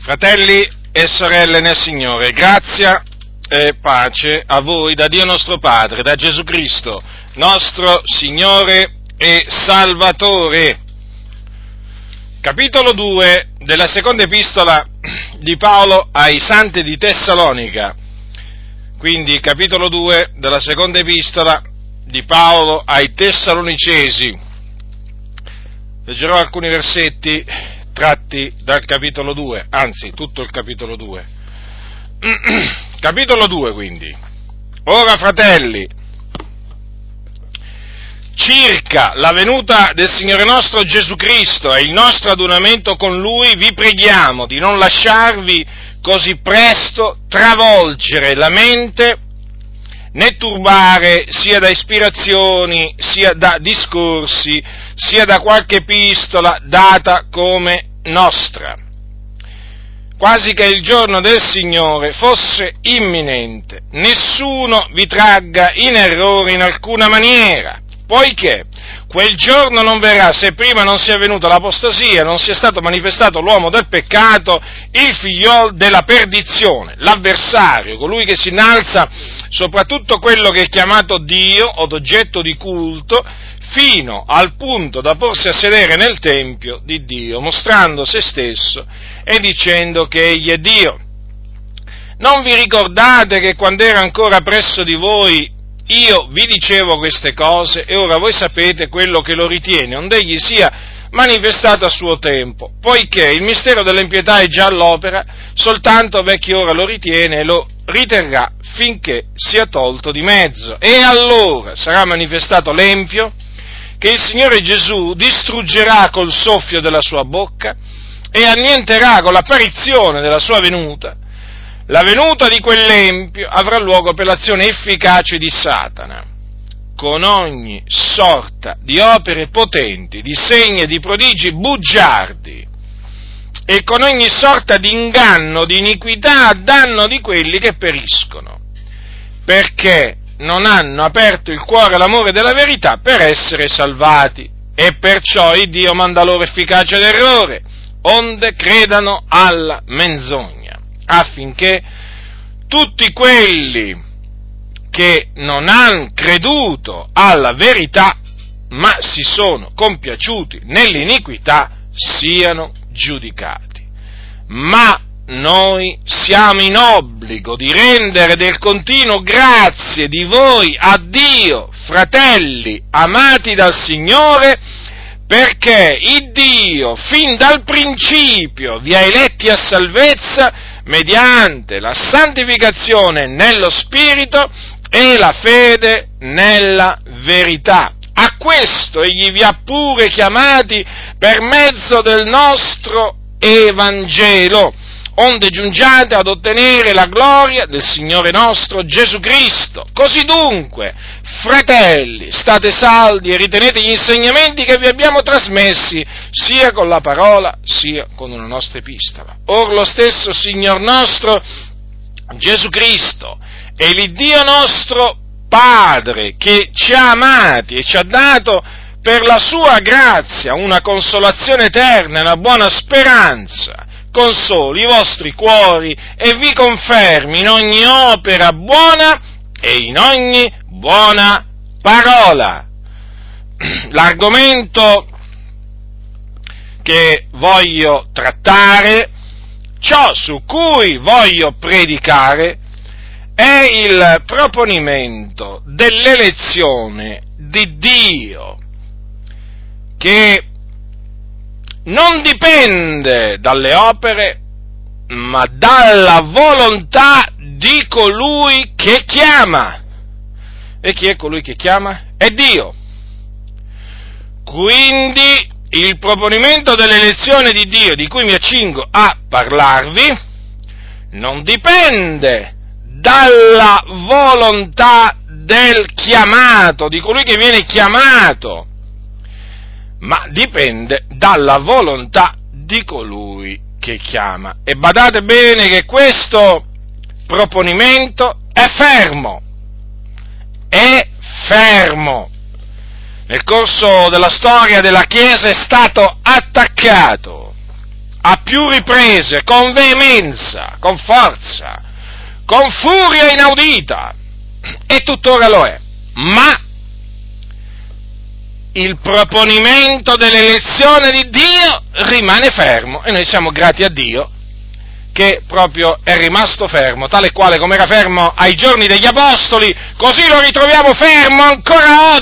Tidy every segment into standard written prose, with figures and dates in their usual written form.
Fratelli e sorelle nel Signore, grazia e pace a voi da Dio nostro Padre, da Gesù Cristo, nostro Signore e Salvatore. Capitolo 2 della seconda epistola di Paolo ai Santi di Tessalonica. Quindi capitolo 2 della seconda epistola di Paolo ai Tessalonicesi. Leggerò alcuni versetti tratti dal capitolo 2, anzi tutto il capitolo 2. Capitolo 2 quindi. Ora, fratelli, circa la venuta del Signore nostro Gesù Cristo e il nostro adunamento con Lui, vi preghiamo di non lasciarvi così presto travolgere la mente, né turbare sia da ispirazioni, sia da discorsi, sia da qualche epistola data come nostra, quasi che il giorno del Signore fosse imminente. Nessuno vi tragga in errore in alcuna maniera, poiché quel giorno non verrà se prima non sia venuta l'apostasia, non sia stato manifestato l'uomo del peccato, il figliol della perdizione, l'avversario, colui che si innalza sopra tutto quello che è chiamato Dio o d'oggetto di culto, fino al punto da porsi a sedere nel Tempio di Dio, mostrando se stesso e dicendo che egli è Dio. Non vi ricordate che quando ero ancora presso di voi io vi dicevo queste cose, e ora voi sapete quello che lo ritiene, onde egli sia manifestato a suo tempo, poiché il mistero dell'impietà è già all'opera, soltanto vecchio ora lo ritiene e lo riterrà finché sia tolto di mezzo. E allora sarà manifestato l'empio, che il Signore Gesù distruggerà col soffio della sua bocca e annienterà con l'apparizione della sua venuta. La venuta di quell'empio avrà luogo per l'azione efficace di Satana, con ogni sorta di opere potenti, di segni e di prodigi bugiardi, e con ogni sorta di inganno, di iniquità a danno di quelli che periscono, perché non hanno aperto il cuore all'amore della verità per essere salvati, e perciò il Dio manda loro efficacia d'errore, onde credano alla menzogna, affinché tutti quelli che non hanno creduto alla verità, ma si sono compiaciuti nell'iniquità, siano giudicati. Ma noi siamo in obbligo di rendere del continuo grazie di voi a Dio, fratelli amati dal Signore, perché il Dio fin dal principio vi ha eletti a salvezza mediante la santificazione nello Spirito e la fede nella verità. A questo egli vi ha pure chiamati per mezzo del nostro Evangelo, onde giungiate ad ottenere la gloria del Signore nostro Gesù Cristo. Così dunque, fratelli, state saldi e ritenete gli insegnamenti che vi abbiamo trasmessi, sia con la parola, sia con una nostra epistola. Or lo stesso Signor nostro Gesù Cristo e l'Iddio nostro Padre, che ci ha amati e ci ha dato per la sua grazia una consolazione eterna e una buona speranza, consoli i vostri cuori e vi confermi in ogni opera buona e in ogni buona parola. L'argomento che voglio trattare, ciò su cui voglio predicare, è il proponimento dell'elezione di Dio, che non dipende dalle opere, ma dalla volontà di colui che chiama. E chi è colui che chiama? È Dio. Quindi il proponimento dell'elezione di Dio, di cui mi accingo a parlarvi, non dipende dalla volontà del chiamato, di colui che viene chiamato, ma dipende dalla volontà di colui che chiama. E badate bene che questo proponimento è fermo. Nel corso della storia della Chiesa è stato attaccato a più riprese, con veemenza, con forza, con furia inaudita, e tuttora lo è, ma il proponimento dell'elezione di Dio rimane fermo, e noi siamo grati a Dio che proprio è rimasto fermo, tale quale come era fermo ai giorni degli Apostoli, così lo ritroviamo fermo ancora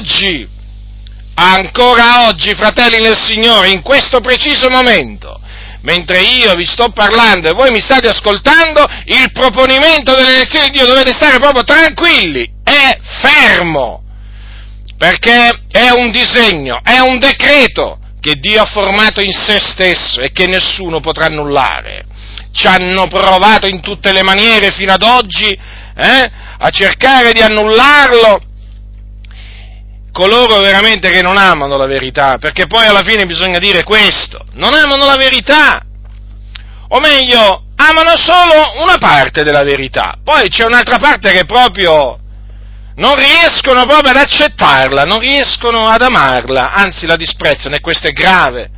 oggi, fratelli nel Signore, in questo preciso momento, mentre io vi sto parlando e voi mi state ascoltando, il proponimento dell'elezione di Dio, dovete stare proprio tranquilli, è fermo, perché è un disegno, è un decreto che Dio ha formato in se stesso e che nessuno potrà annullare. Ci hanno provato in tutte le maniere fino ad oggi a cercare di annullarlo coloro veramente che non amano la verità, perché poi alla fine bisogna dire questo: non amano la verità, o meglio, amano solo una parte della verità, poi c'è un'altra parte che proprio non riescono proprio ad accettarla, non riescono ad amarla, anzi la disprezzano, e questo è grave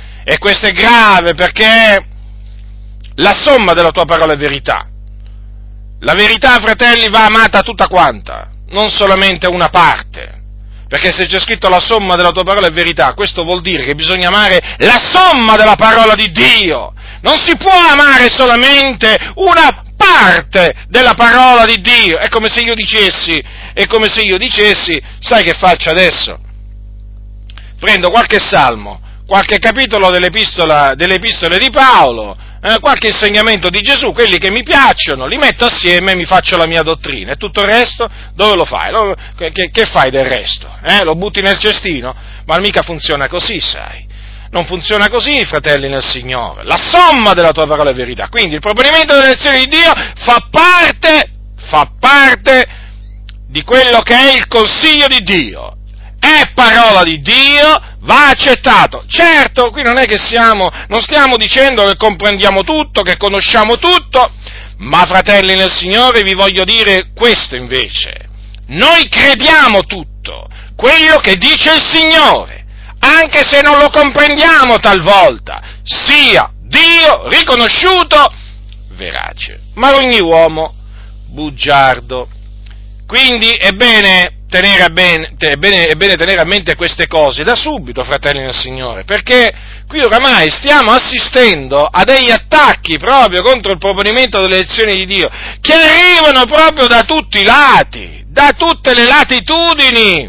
perché la somma della tua parola è verità. La verità, fratelli, va amata tutta quanta, non solamente una parte, perché se c'è scritto la somma della tua parola è verità, questo vuol dire che bisogna amare la somma della parola di Dio, non si può amare solamente una parte della parola di Dio. È come se io dicessi, sai che faccio adesso? Prendo qualche salmo, qualche capitolo delle epistole di Paolo, qualche insegnamento di Gesù, quelli che mi piacciono, li metto assieme e mi faccio la mia dottrina, e tutto il resto dove lo fai? Che fai del resto? Lo butti nel cestino? Ma mica funziona così, sai. Non funziona così, fratelli nel Signore. La somma della tua parola è verità. Quindi il proponimento dell'elezione di Dio fa parte di quello che è il consiglio di Dio. È parola di Dio, va accettato. Certo, qui non stiamo dicendo che comprendiamo tutto, che conosciamo tutto, ma fratelli nel Signore vi voglio dire questo invece: noi crediamo tutto quello che dice il Signore, anche se non lo comprendiamo talvolta, sia Dio riconosciuto verace, ma ogni uomo bugiardo. Quindi è bene tenere a mente queste cose da subito, fratelli nel Signore, perché qui oramai stiamo assistendo a degli attacchi proprio contro il proponimento delle elezioni di Dio, che arrivano proprio da tutti i lati, da tutte le latitudini,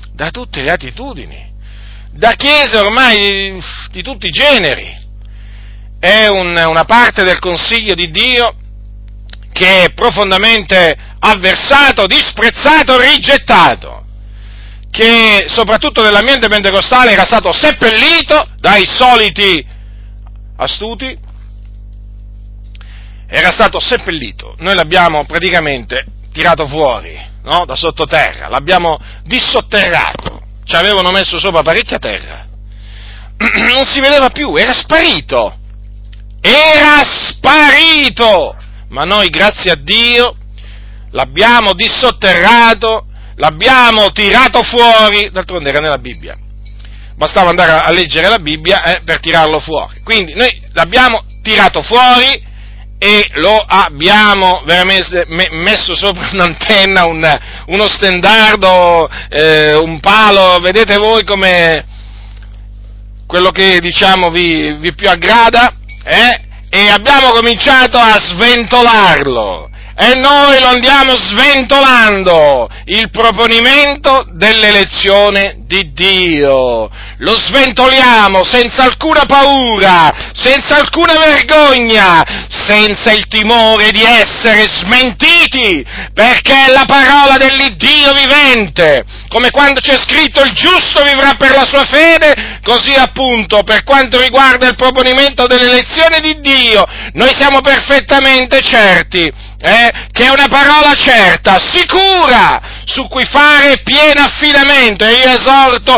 da chiese ormai di tutti i generi. È una parte del consiglio di Dio che è profondamente avversato, disprezzato, rigettato, che soprattutto nell'ambiente pentecostale era stato seppellito dai soliti astuti, era stato seppellito, noi l'abbiamo praticamente tirato fuori, no? Da sottoterra, l'abbiamo dissotterrato, ci avevano messo sopra parecchia terra, non si vedeva più, era sparito, ma noi, grazie a Dio, l'abbiamo dissotterrato, l'abbiamo tirato fuori, d'altronde era nella Bibbia, bastava andare a leggere la Bibbia per tirarlo fuori. Quindi noi l'abbiamo tirato fuori e lo abbiamo veramente messo sopra un'antenna, uno stendardo, un palo, vedete voi come quello che diciamo vi più aggrada, e abbiamo cominciato a sventolarlo, e noi lo andiamo sventolando, il proponimento dell'elezione di Dio, lo sventoliamo senza alcuna paura, senza alcuna vergogna, senza il timore di essere smentiti, perché è la parola dell'Iddio vivente, come quando c'è scritto il giusto vivrà per la sua fede, così appunto per quanto riguarda il proponimento dell'elezione di Dio, noi siamo perfettamente certi che è una parola certa, sicura, su cui fare pieno affidamento, e io esorto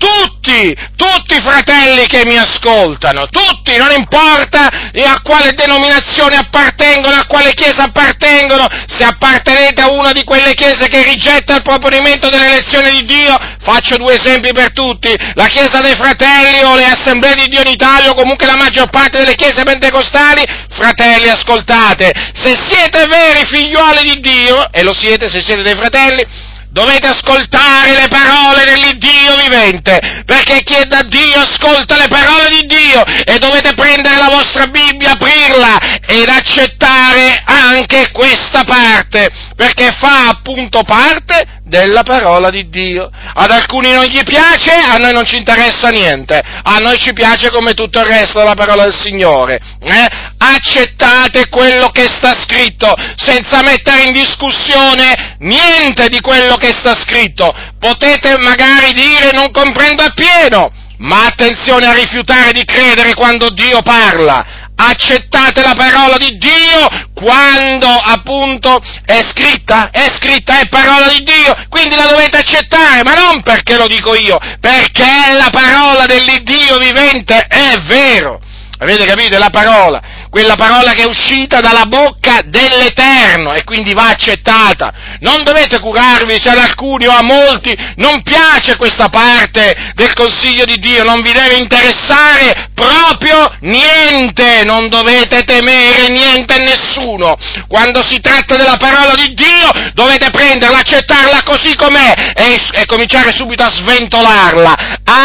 tutti i fratelli che mi ascoltano, tutti, non importa a quale denominazione appartengono, a quale chiesa appartengono, se appartenete a una di quelle chiese che rigetta il proponimento dell'elezione di Dio, faccio due esempi per tutti, la Chiesa dei Fratelli o le Assemblee di Dio in Italia o comunque la maggior parte delle chiese pentecostali, fratelli ascoltate, se siete veri figliuoli di Dio, e lo siete se siete dei fratelli, dovete ascoltare le parole dell'Iddio vivente, perché chi è da Dio ascolta le parole di Dio, e dovete prendere la vostra Bibbia, aprirla ed accettare anche questa parte, perché fa appunto parte della parola di Dio. Ad alcuni non gli piace, a noi non ci interessa niente, a noi ci piace come tutto il resto della parola del Signore. Accettate quello che sta scritto, senza mettere in discussione niente di quello che sta scritto. Potete magari dire non comprendo appieno, ma attenzione a rifiutare di credere quando Dio parla. Accettate la parola di Dio quando appunto è scritta, è parola di Dio, quindi la dovete accettare, ma non perché lo dico io, perché la parola dell'Iddio vivente è vero. Avete capito? È la parola, quella parola che è uscita dalla bocca dell'Eterno e quindi va accettata. Non dovete curarvi se ad alcuni o a molti non piace questa parte del consiglio di Dio, non vi deve interessare proprio niente, non dovete temere niente e nessuno. Quando si tratta della parola di Dio dovete prenderla, accettarla così com'è e cominciare subito a sventolarla,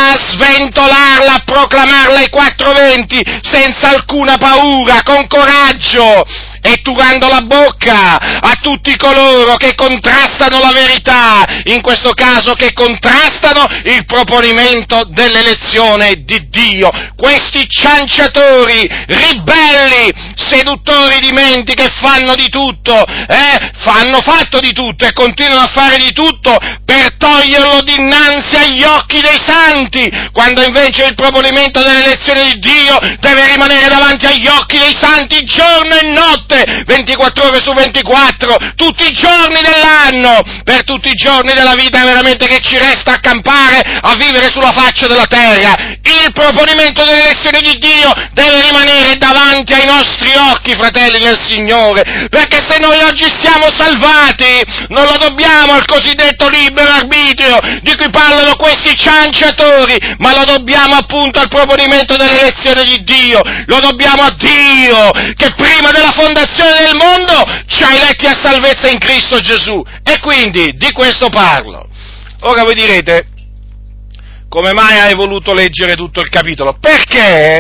a proclamarla ai quattro venti, senza alcuna paura, con coraggio, e turando la bocca a tutti coloro che contrastano la verità, in questo caso che contrastano il proponimento dell'elezione di Dio. Questi cianciatori, ribelli, seduttori di menti che fanno di tutto, hanno fatto di tutto e continuano a fare di tutto per toglierlo dinanzi agli occhi dei santi, quando invece il proponimento dell'elezione di Dio deve rimanere davanti agli occhi dei santi giorno e notte, 24 ore su 24, tutti i giorni dell'anno, per tutti i giorni della vita veramente che ci resta a campare, a vivere sulla faccia della terra. Il proponimento dell'elezione di Dio deve rimanere davanti ai nostri occhi, fratelli nel Signore, perché se noi oggi siamo salvati, non lo dobbiamo al cosiddetto libero arbitrio di cui parlano questi cianciatori, ma lo dobbiamo appunto al proponimento dell'elezione di Dio, lo dobbiamo a Dio, che prima della fondazione del mondo ci ha eletti a salvezza in Cristo Gesù, e quindi di questo parlo. Ora voi direte, come mai hai voluto leggere tutto il capitolo? Perché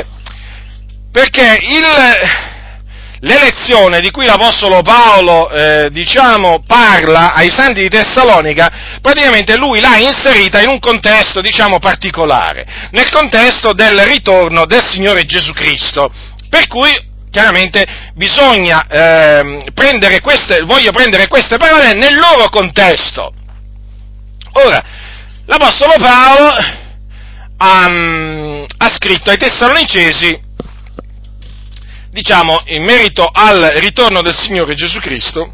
l'elezione di cui l'Apostolo Paolo, parla ai santi di Tessalonica, praticamente lui l'ha inserita in un contesto, particolare, nel contesto del ritorno del Signore Gesù Cristo, per cui chiaramente bisogna voglio prendere queste parole nel loro contesto. Ora, l'Apostolo Paolo ha scritto ai Tessalonicesi, in merito al ritorno del Signore Gesù Cristo,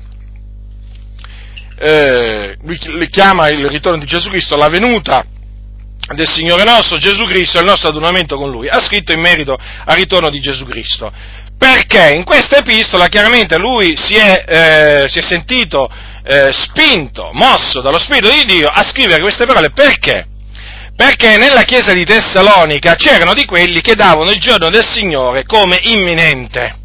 lui chiama il ritorno di Gesù Cristo la venuta del Signore nostro Gesù Cristo e il nostro adunamento con Lui, ha scritto in merito al ritorno di Gesù Cristo, perché in questa epistola chiaramente lui si è sentito spinto, mosso dallo Spirito di Dio a scrivere queste parole. Perché? Perché nella chiesa di Tessalonica c'erano di quelli che davano il giorno del Signore come imminente,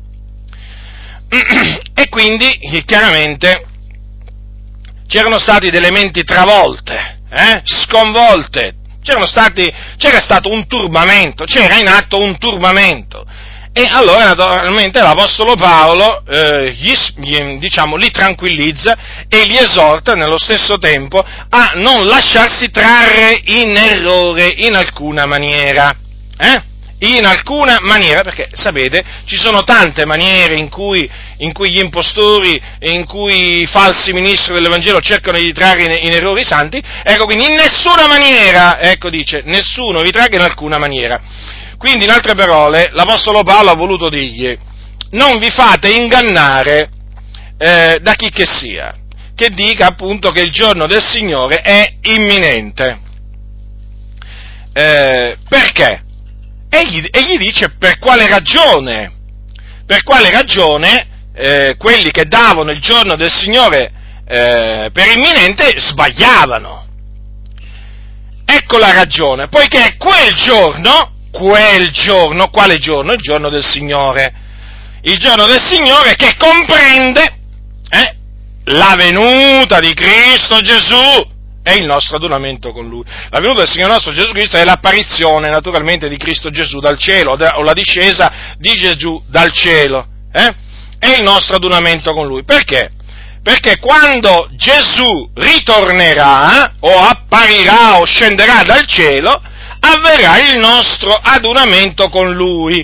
e quindi chiaramente c'erano stati delle menti travolte, sconvolte, c'era stato un turbamento, c'era in atto un turbamento, e allora naturalmente l'Apostolo Paolo li tranquillizza e li esorta nello stesso tempo a non lasciarsi trarre in errore in alcuna maniera, in alcuna maniera, perché sapete, ci sono tante maniere in cui gli impostori e in cui i falsi ministri dell'Evangelo cercano di trarre in errore i santi. Ecco, quindi in nessuna maniera, dice, nessuno vi tragga in alcuna maniera. Quindi, in altre parole, l'Apostolo Paolo ha voluto dirgli: non vi fate ingannare da chi che sia, che dica appunto che il giorno del Signore è imminente. perché? E gli dice per quale ragione. Per quale ragione quelli che davano il giorno del Signore per imminente sbagliavano. Ecco la ragione, poiché quel giorno, quale giorno? Il giorno del Signore. Il giorno del Signore che comprende la venuta di Cristo Gesù e il nostro adunamento con Lui. La venuta del Signore nostro Gesù Cristo è l'apparizione naturalmente di Cristo Gesù dal cielo, o la discesa di Gesù dal cielo, e il nostro adunamento con Lui. Perché? Perché quando Gesù ritornerà, o apparirà, o scenderà dal cielo, avverrà il nostro adunamento con Lui.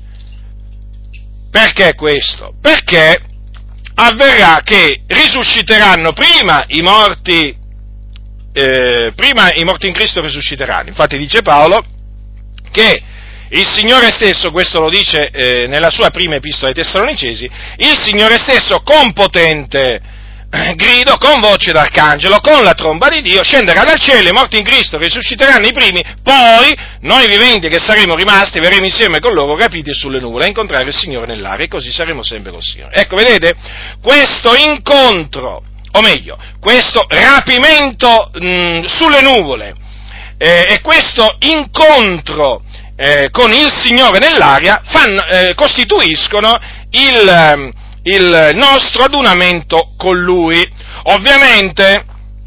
Perché questo? Perché avverrà che risusciteranno prima i morti in Cristo risusciteranno. Infatti dice Paolo che il Signore stesso, questo lo dice nella sua prima epistola ai Tessalonicesi, il Signore stesso con potente grido, con voce d'arcangelo, con la tromba di Dio, scenderà dal cielo, i morti in Cristo risusciteranno i primi, poi noi viventi che saremo rimasti verremo insieme con loro rapiti sulle nuvole a incontrare il Signore nell'aria e così saremo sempre col Signore. Ecco, vedete, questo incontro, o meglio, questo rapimento sulle nuvole e questo incontro con il Signore nell'aria costituiscono il nostro adunamento con Lui. Ovviamente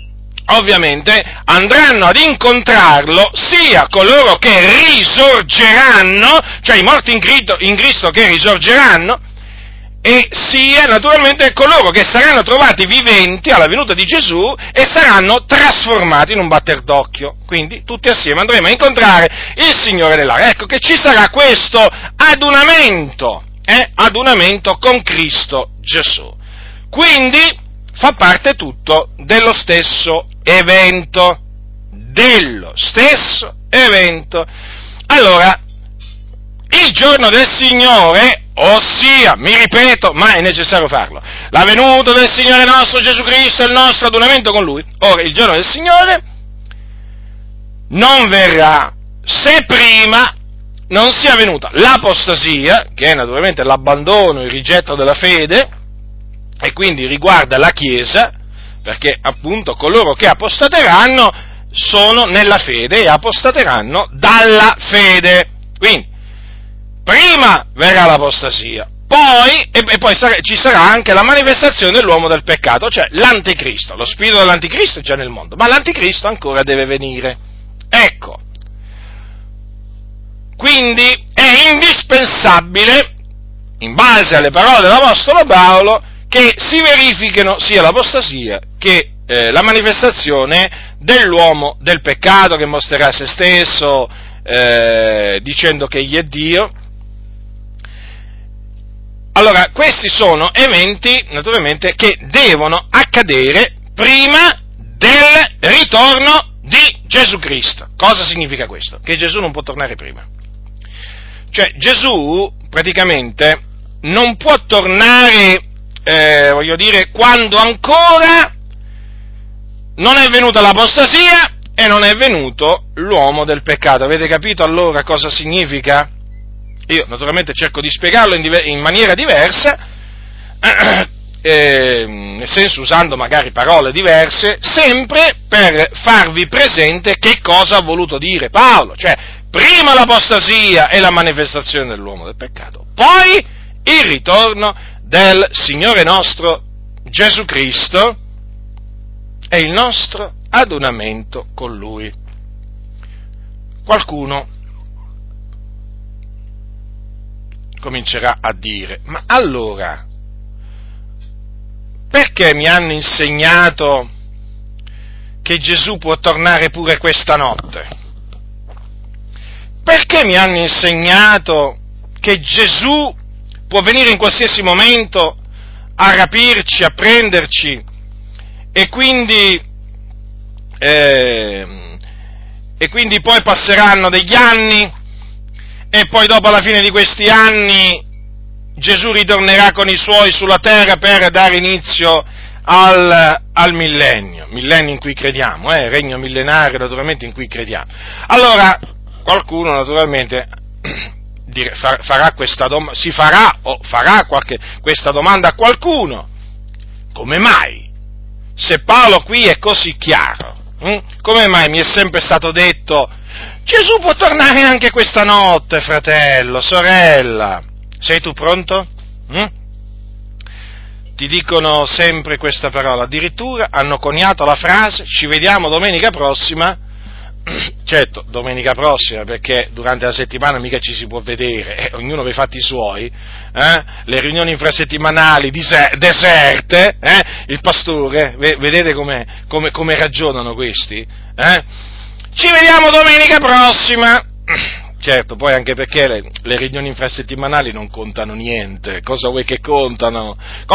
andranno ad incontrarlo sia coloro che risorgeranno, cioè i morti in Cristo che risorgeranno, e sia naturalmente coloro che saranno trovati viventi alla venuta di Gesù e saranno trasformati in un batter d'occhio. Quindi tutti assieme andremo a incontrare il Signore nell'aria. Ecco che ci sarà questo adunamento con Cristo Gesù. Quindi fa parte tutto dello stesso evento. Allora, il giorno del Signore, ossia, mi ripeto, ma è necessario farlo, la venuta del Signore nostro Gesù Cristo e il nostro adunamento con Lui. Ora, il giorno del Signore non verrà se prima non sia venuta l'apostasia, che è naturalmente l'abbandono, il rigetto della fede, e quindi riguarda la Chiesa, perché appunto coloro che apostateranno sono nella fede e apostateranno dalla fede. Quindi, prima verrà l'apostasia, poi ci sarà anche la manifestazione dell'uomo del peccato, cioè l'anticristo. Lo spirito dell'anticristo è già nel mondo, ma l'anticristo ancora deve venire. Ecco. Quindi è indispensabile, in base alle parole dell'Apostolo Paolo, che si verifichino sia l'apostasia che la manifestazione dell'uomo del peccato che mostrerà se stesso dicendo che egli è Dio. Allora, questi sono eventi, naturalmente, che devono accadere prima del ritorno di Gesù Cristo. Cosa significa questo? Che Gesù non può tornare prima. Cioè, Gesù, praticamente, non può tornare, quando ancora non è venuta l'apostasia e non è venuto l'uomo del peccato. Avete capito allora cosa significa? Io naturalmente cerco di spiegarlo in maniera diversa, nel senso usando magari parole diverse, sempre per farvi presente che cosa ha voluto dire Paolo, cioè prima l'apostasia e la manifestazione dell'uomo del peccato, poi il ritorno del Signore nostro Gesù Cristo e il nostro adunamento con Lui. Qualcuno comincerà a dire, ma allora, perché mi hanno insegnato che Gesù può tornare pure questa notte? Perché mi hanno insegnato che Gesù può venire in qualsiasi momento a rapirci, a prenderci, e quindi poi passeranno degli anni, e poi dopo alla fine di questi anni Gesù ritornerà con i suoi sulla terra per dare inizio al millennio in cui crediamo, regno millenario naturalmente in cui crediamo. Allora, qualcuno naturalmente farà questa questa domanda a qualcuno: come mai? Se Paolo qui è così chiaro, come mai mi è sempre stato detto Gesù può tornare anche questa notte, fratello, sorella? Sei tu pronto? Ti dicono sempre questa parola, addirittura hanno coniato la frase: ci vediamo domenica prossima. Certo, domenica prossima, perché durante la settimana mica ci si può vedere, ognuno per i fatti suoi, le riunioni infrasettimanali deserte, il pastore, vedete come ragionano questi, ci vediamo domenica prossima. Certo, poi anche perché le riunioni infrasettimanali non contano niente. Cosa vuoi che contano?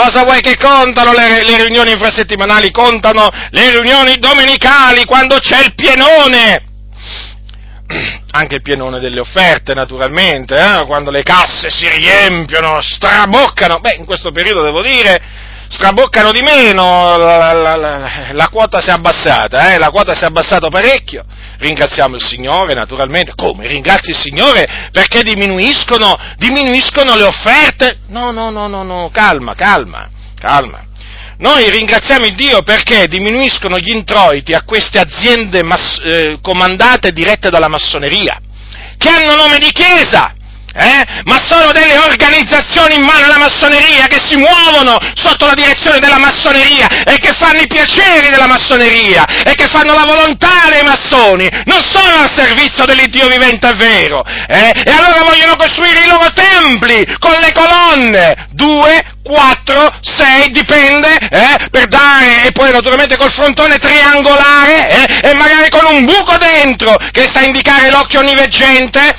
Le riunioni infrasettimanali? Contano le riunioni domenicali, quando c'è il pienone. Anche il pienone delle offerte, naturalmente, quando le casse si riempiono, straboccano. In questo periodo devo dire, straboccano di meno, la quota si è abbassata, la quota si è abbassato parecchio. Ringraziamo il Signore, naturalmente. Come? Ringrazi il Signore perché diminuiscono le offerte? No, calma. Noi ringraziamo il Dio perché diminuiscono gli introiti a queste aziende comandate e dirette dalla massoneria, che hanno nome di chiesa, ma sono delle organizzazioni in mano alla massoneria, che si muovono sotto la direzione della massoneria e che fanno i piaceri della massoneria e che fanno la volontà dei massoni, non sono al servizio dell'Iddio vivente e vero, e allora vogliono costruire i loro templi con le colonne, 2, 4, 6, dipende, per dare, e poi naturalmente col frontone triangolare, e magari con un buco dentro che sta a indicare l'occhio onniveggente,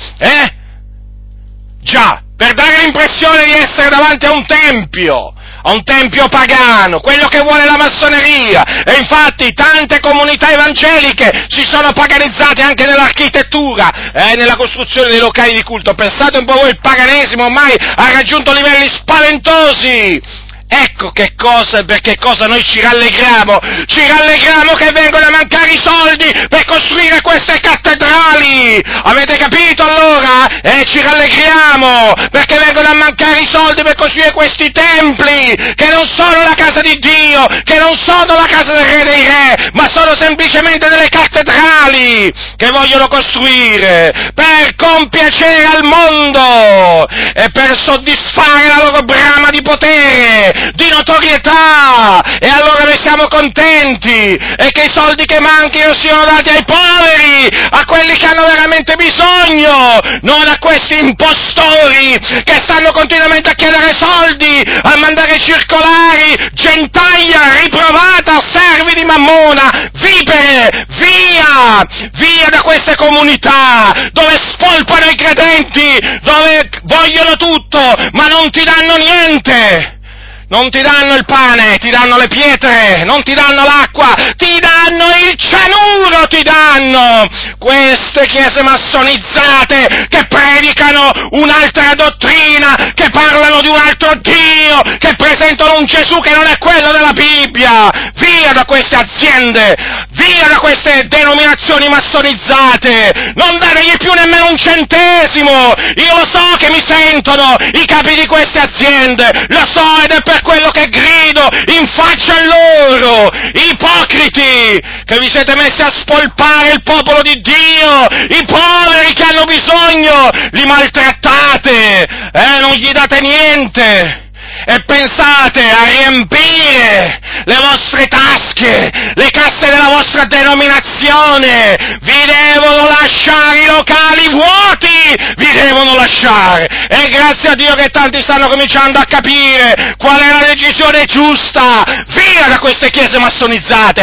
Già, per dare l'impressione di essere davanti a un tempio pagano, quello che vuole la massoneria, e infatti tante comunità evangeliche si sono paganizzate anche nell'architettura, nella costruzione dei locali di culto. Pensate un po' voi, il paganesimo ormai ha raggiunto livelli spaventosi. Ecco per che cosa noi ci rallegriamo che vengono a mancare i soldi per costruire queste cattedrali, avete capito allora? Ci rallegriamo perché vengono a mancare i soldi per costruire questi templi, che non sono la casa di Dio, che non sono la casa del Re dei Re, ma sono semplicemente delle cattedrali che vogliono costruire per compiacere al mondo e per soddisfare la loro brama di potere, di notorietà, e allora noi siamo contenti, e che i soldi che manchino siano dati ai poveri, a quelli che hanno veramente bisogno, non a questi impostori che stanno continuamente a chiedere soldi, a mandare circolari, gentaglia riprovata, servi di Mammona, vipere, via da queste comunità, dove spolpano i credenti, dove vogliono tutto, ma non ti danno niente. Non ti danno il pane, ti danno le pietre, non ti danno l'acqua, ti danno il cianuro, ti danno queste chiese massonizzate che predicano un'altra dottrina, che parlano di un altro Dio, che presentano un Gesù che non è quello della Bibbia. Via da queste aziende, via da queste denominazioni massonizzate, non dategli più nemmeno un centesimo. Io lo so che mi sentono i capi di queste aziende, lo so, ed è per quello che grido in faccia a loro: ipocriti, che vi siete messi a spolpare il popolo di Dio, i poveri che hanno bisogno, li maltrattate, non gli date niente. E pensate a riempire le vostre tasche, le casse della vostra denominazione, vi devono lasciare i locali vuoti, vi devono lasciare, e grazie a Dio che tanti stanno cominciando a capire qual è la decisione giusta. Via da queste chiese massonizzate,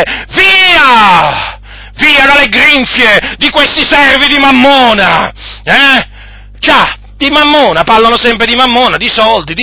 via dalle grinfie di questi servi di Mammona, Già, di Mammona, parlano sempre di Mammona, di soldi.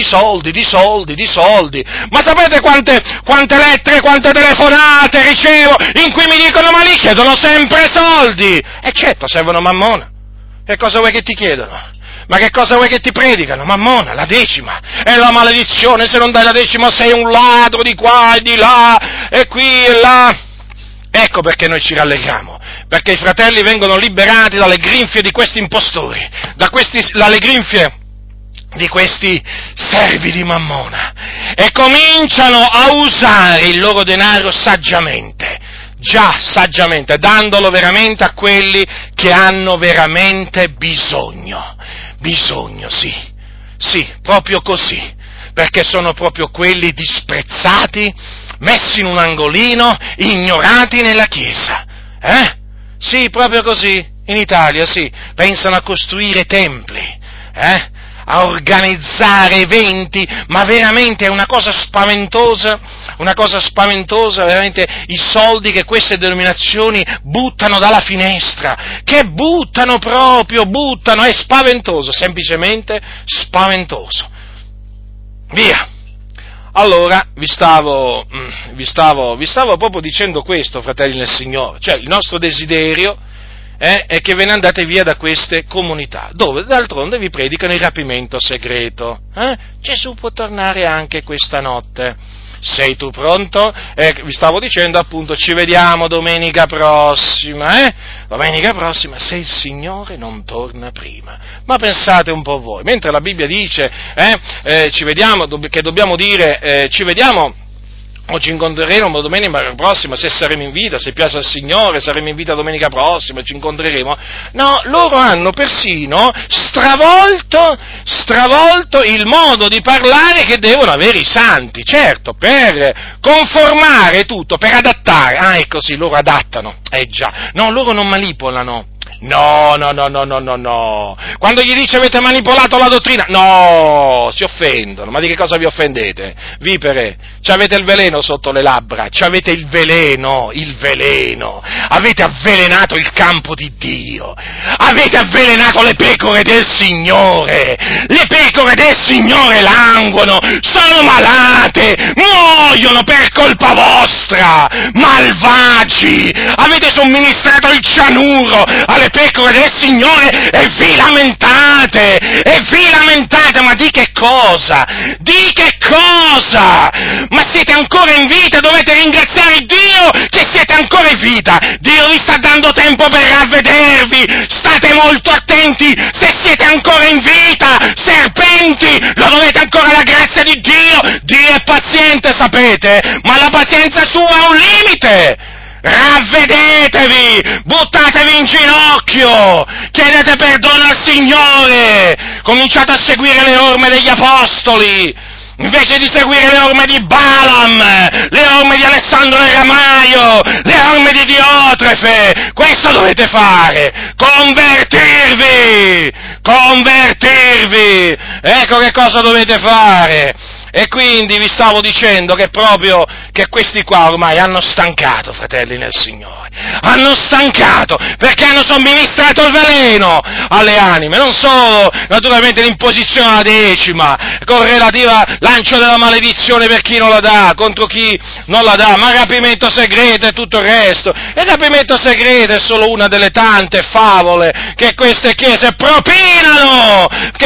Ma sapete quante lettere, quante telefonate ricevo in cui mi dicono: ma li chiedono sempre soldi? E certo, servono Mammona. Che cosa vuoi che ti chiedono? Ma che cosa vuoi che ti predicano? Mammona, la decima, è la maledizione, se non dai la decima sei un ladro di qua e di là, e qui e là. Ecco perché noi ci rallegriamo, perché i fratelli vengono liberati dalle grinfie di questi impostori, dalle grinfie di questi servi di Mammona, e cominciano a usare il loro denaro saggiamente, dandolo veramente a quelli che hanno veramente bisogno, sì, proprio così, perché sono proprio quelli disprezzati, messi in un angolino, ignorati nella Chiesa, Sì, proprio così, in Italia, sì, pensano a costruire templi, a organizzare eventi, ma veramente è una cosa spaventosa, veramente i soldi che queste denominazioni buttano dalla finestra, è spaventoso, semplicemente spaventoso. Via! Allora, vi stavo proprio dicendo questo, fratelli nel Signore, cioè il nostro desiderio è che ve ne andate via da queste comunità, dove d'altronde vi predicano il rapimento segreto. Gesù può tornare anche questa notte. Sei tu pronto? Vi stavo dicendo appunto, ci vediamo domenica prossima, se il Signore non torna prima. Ma pensate un po' voi, mentre la Bibbia dice, ci vediamo, che dobbiamo dire, ci vediamo, o ci incontreremo domenica prossima, se saremo in vita, se piace al Signore, saremo in vita domenica prossima, ci incontreremo. No, loro hanno persino stravolto il modo di parlare che devono avere i santi, certo, per conformare tutto, per adattare. Ecco sì, loro adattano, già, no, loro non manipolano. No. Quando gli dice avete manipolato la dottrina, no, si offendono. Ma di che cosa vi offendete? Vipere, c'avete il veleno sotto le labbra, c'avete il veleno. Avete avvelenato il campo di Dio. Avete avvelenato le pecore del Signore. Le pecore del Signore languono, sono malate, muoiono per colpa vostra. Malvagi! Avete somministrato il cianuro alle pecore del Signore e vi lamentate, ma di che cosa? Ma siete ancora in vita, dovete ringraziare Dio che siete ancora in vita, Dio vi sta dando tempo per ravvedervi, state molto attenti, se siete ancora in vita, serpenti, lo dovete ancora alla grazia di Dio è paziente, sapete, ma la pazienza sua ha un limite. Ravvedetevi, buttatevi in ginocchio, chiedete perdono al Signore, cominciate a seguire le orme degli apostoli, invece di seguire le orme di Balaam, le orme di Alessandro il Ramaio, le orme di Diotrefe. Questo dovete fare, convertirvi, ecco che cosa dovete fare. E quindi vi stavo dicendo che proprio che questi qua ormai hanno stancato, fratelli nel Signore, perché hanno somministrato il veleno alle anime, non solo naturalmente l'imposizione alla decima, con relativa lancio della maledizione per chi non la dà, contro chi non la dà, ma il rapimento segreto e tutto il resto. Il rapimento segreto è solo una delle tante favole che queste chiese propinano,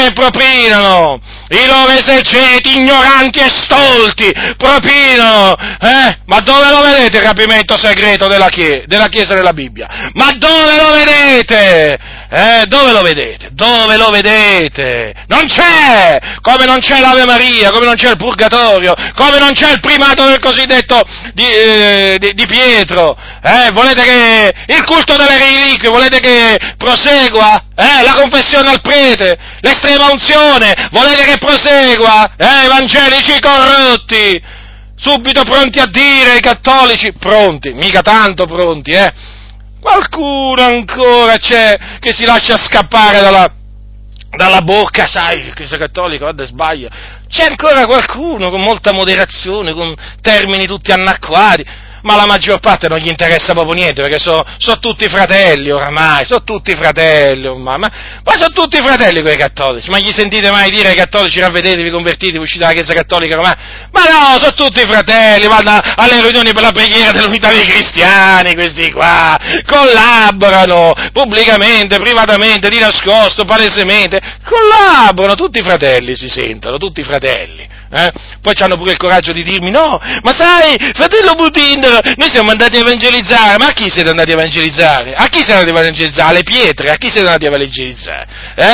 i loro esegeti ignoranti e stolti propinano, ma dove lo vedete il rapimento segreto della Chiesa della Bibbia? Ma dove lo vedete? Dove lo vedete? Non c'è! Come non c'è l'Ave Maria, come non c'è il Purgatorio, come non c'è il primato del cosiddetto di Pietro, volete che il culto delle reliquie, volete che prosegua? La confessione al prete, l'estrema unzione, volete che prosegua? Evangelici corrotti, subito pronti a dire, i cattolici, pronti, mica tanto pronti, Qualcuno ancora c'è che si lascia scappare dalla bocca, sai, Chiesa Cattolica, guarda, sbaglia. C'è ancora qualcuno con molta moderazione, con termini tutti anacquati, ma la maggior parte non gli interessa proprio niente, perché sono tutti fratelli oramai, sono tutti fratelli ormai, ma sono tutti fratelli quei cattolici, ma gli sentite mai dire ai cattolici ravvedetevi, convertitevi, uscite dalla Chiesa Cattolica ormai? Ma no, sono tutti fratelli, vanno alle riunioni per la preghiera dell'unità dei cristiani, questi qua, collaborano pubblicamente, privatamente, di nascosto, palesemente, collaborano, tutti fratelli si sentono, tutti fratelli. Poi hanno pure il coraggio di dirmi, no, ma sai, fratello Butindaro, noi siamo andati a evangelizzare, ma a chi siete andati a evangelizzare? A chi siete andati a evangelizzare? Alle pietre, a chi siete andati a evangelizzare?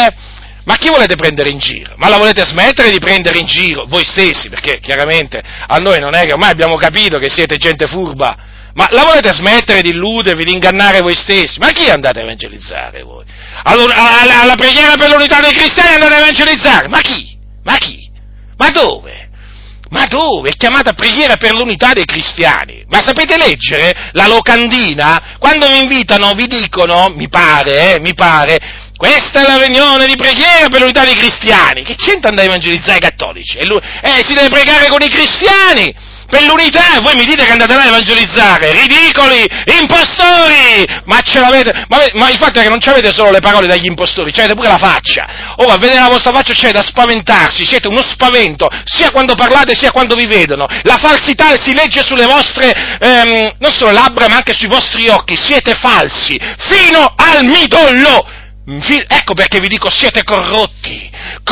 Ma chi volete prendere in giro? Ma la volete smettere di prendere in giro? Voi stessi, perché chiaramente a noi non è che ormai abbiamo capito che siete gente furba, ma la volete smettere di illudervi, di ingannare voi stessi? Ma chi andate a evangelizzare voi? Allora, alla preghiera per l'unità dei cristiani andate a evangelizzare? Ma chi? Ma chi? Ma dove? Ma dove? È chiamata preghiera per l'unità dei cristiani. Ma sapete leggere la locandina? Quando vi invitano vi dicono, mi pare, questa è la riunione di preghiera per l'unità dei cristiani. Che c'entra andare a evangelizzare i cattolici? Si deve pregare con i cristiani per l'unità, voi mi dite che andate là a evangelizzare, ridicoli, impostori, ma ce l'avete, ma il fatto è che non avete solo le parole dagli impostori, avete pure la faccia, ora a vedere la vostra faccia c'è da spaventarsi, siete uno spavento, sia quando parlate sia quando vi vedono, la falsità si legge sulle vostre, non solo labbra ma anche sui vostri occhi, siete falsi, fino al midollo. Ecco perché vi dico siete corrotti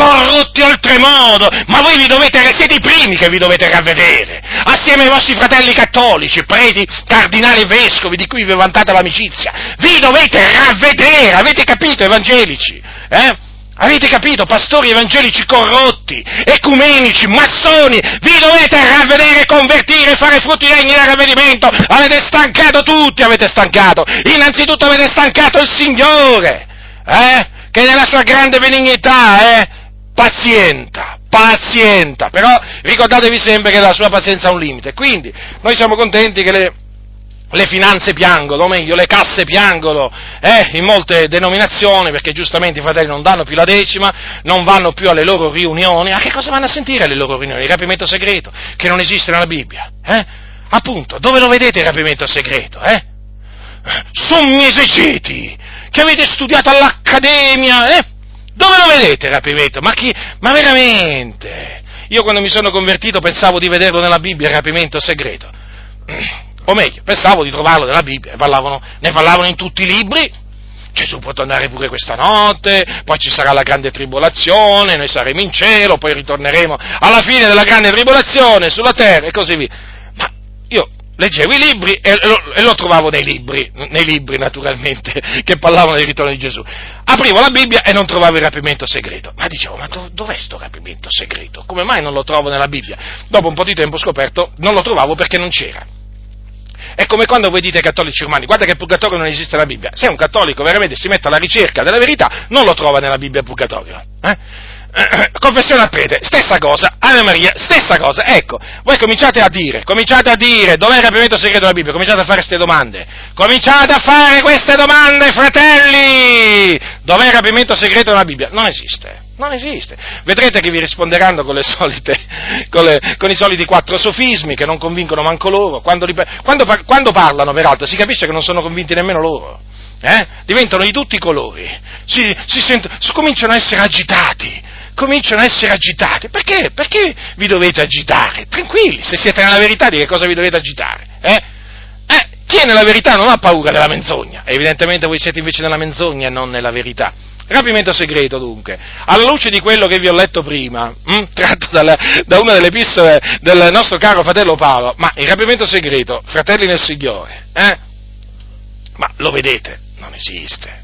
oltremodo, ma voi siete i primi che vi dovete ravvedere, assieme ai vostri fratelli cattolici, preti, cardinali e vescovi di cui vi vantate l'amicizia, vi dovete ravvedere, avete capito evangelici? Avete capito, pastori evangelici corrotti, ecumenici, massoni, vi dovete ravvedere, convertire, fare frutti degni del ravvedimento, avete stancato tutti, innanzitutto avete stancato il Signore, che nella sua grande benignità, pazienta, però ricordatevi sempre che la sua pazienza ha un limite, quindi noi siamo contenti che le finanze piangono, o meglio, le casse piangono, in molte denominazioni, perché giustamente i fratelli non danno più la decima, non vanno più alle loro riunioni, a che cosa vanno a sentire alle loro riunioni? Il rapimento segreto, che non esiste nella Bibbia, Appunto, dove lo vedete il rapimento segreto, Sommi esegeti, che avete studiato all'accademia, Dove lo vedete il rapimento? Ma veramente? Io quando mi sono convertito pensavo di vederlo nella Bibbia il rapimento segreto. O meglio, pensavo di trovarlo nella Bibbia, ne parlavano in tutti i libri, Gesù può tornare pure questa notte, poi ci sarà la grande tribolazione, noi saremo in cielo, poi ritorneremo alla fine della grande tribolazione sulla terra e così via. Ma io leggevo i libri e lo trovavo nei libri naturalmente, che parlavano del ritorno di Gesù. Aprivo la Bibbia e non trovavo il rapimento segreto. Ma dicevo, ma dov'è sto rapimento segreto? Come mai non lo trovo nella Bibbia? Dopo un po' di tempo ho scoperto, non lo trovavo perché non c'era. È come quando voi dite ai cattolici romani, guarda che il purgatorio non esiste nella Bibbia. Se un cattolico veramente si mette alla ricerca della verità, non lo trova nella Bibbia il purgatorio. Confessione al prete, stessa cosa, Ave Maria, stessa cosa, ecco, voi cominciate a dire, dov'è il rapimento segreto della Bibbia, cominciate a fare queste domande, fratelli, dov'è il rapimento segreto della Bibbia? Non esiste, vedrete che vi risponderanno con i soliti 4 sofismi che non convincono manco loro, quando parlano peraltro si capisce che non sono convinti nemmeno loro. Diventano di tutti i colori, cominciano a essere agitati, perché? Perché vi dovete agitare? Tranquilli, se siete nella verità di che cosa vi dovete agitare? Chi è nella verità non ha paura della menzogna, evidentemente voi siete invece nella menzogna e non nella verità. Rapimento segreto dunque, alla luce di quello che vi ho letto prima, tratto da una delle epistole del nostro caro fratello Paolo, ma il rapimento segreto, fratelli nel Signore, ma lo vedete? Non esiste,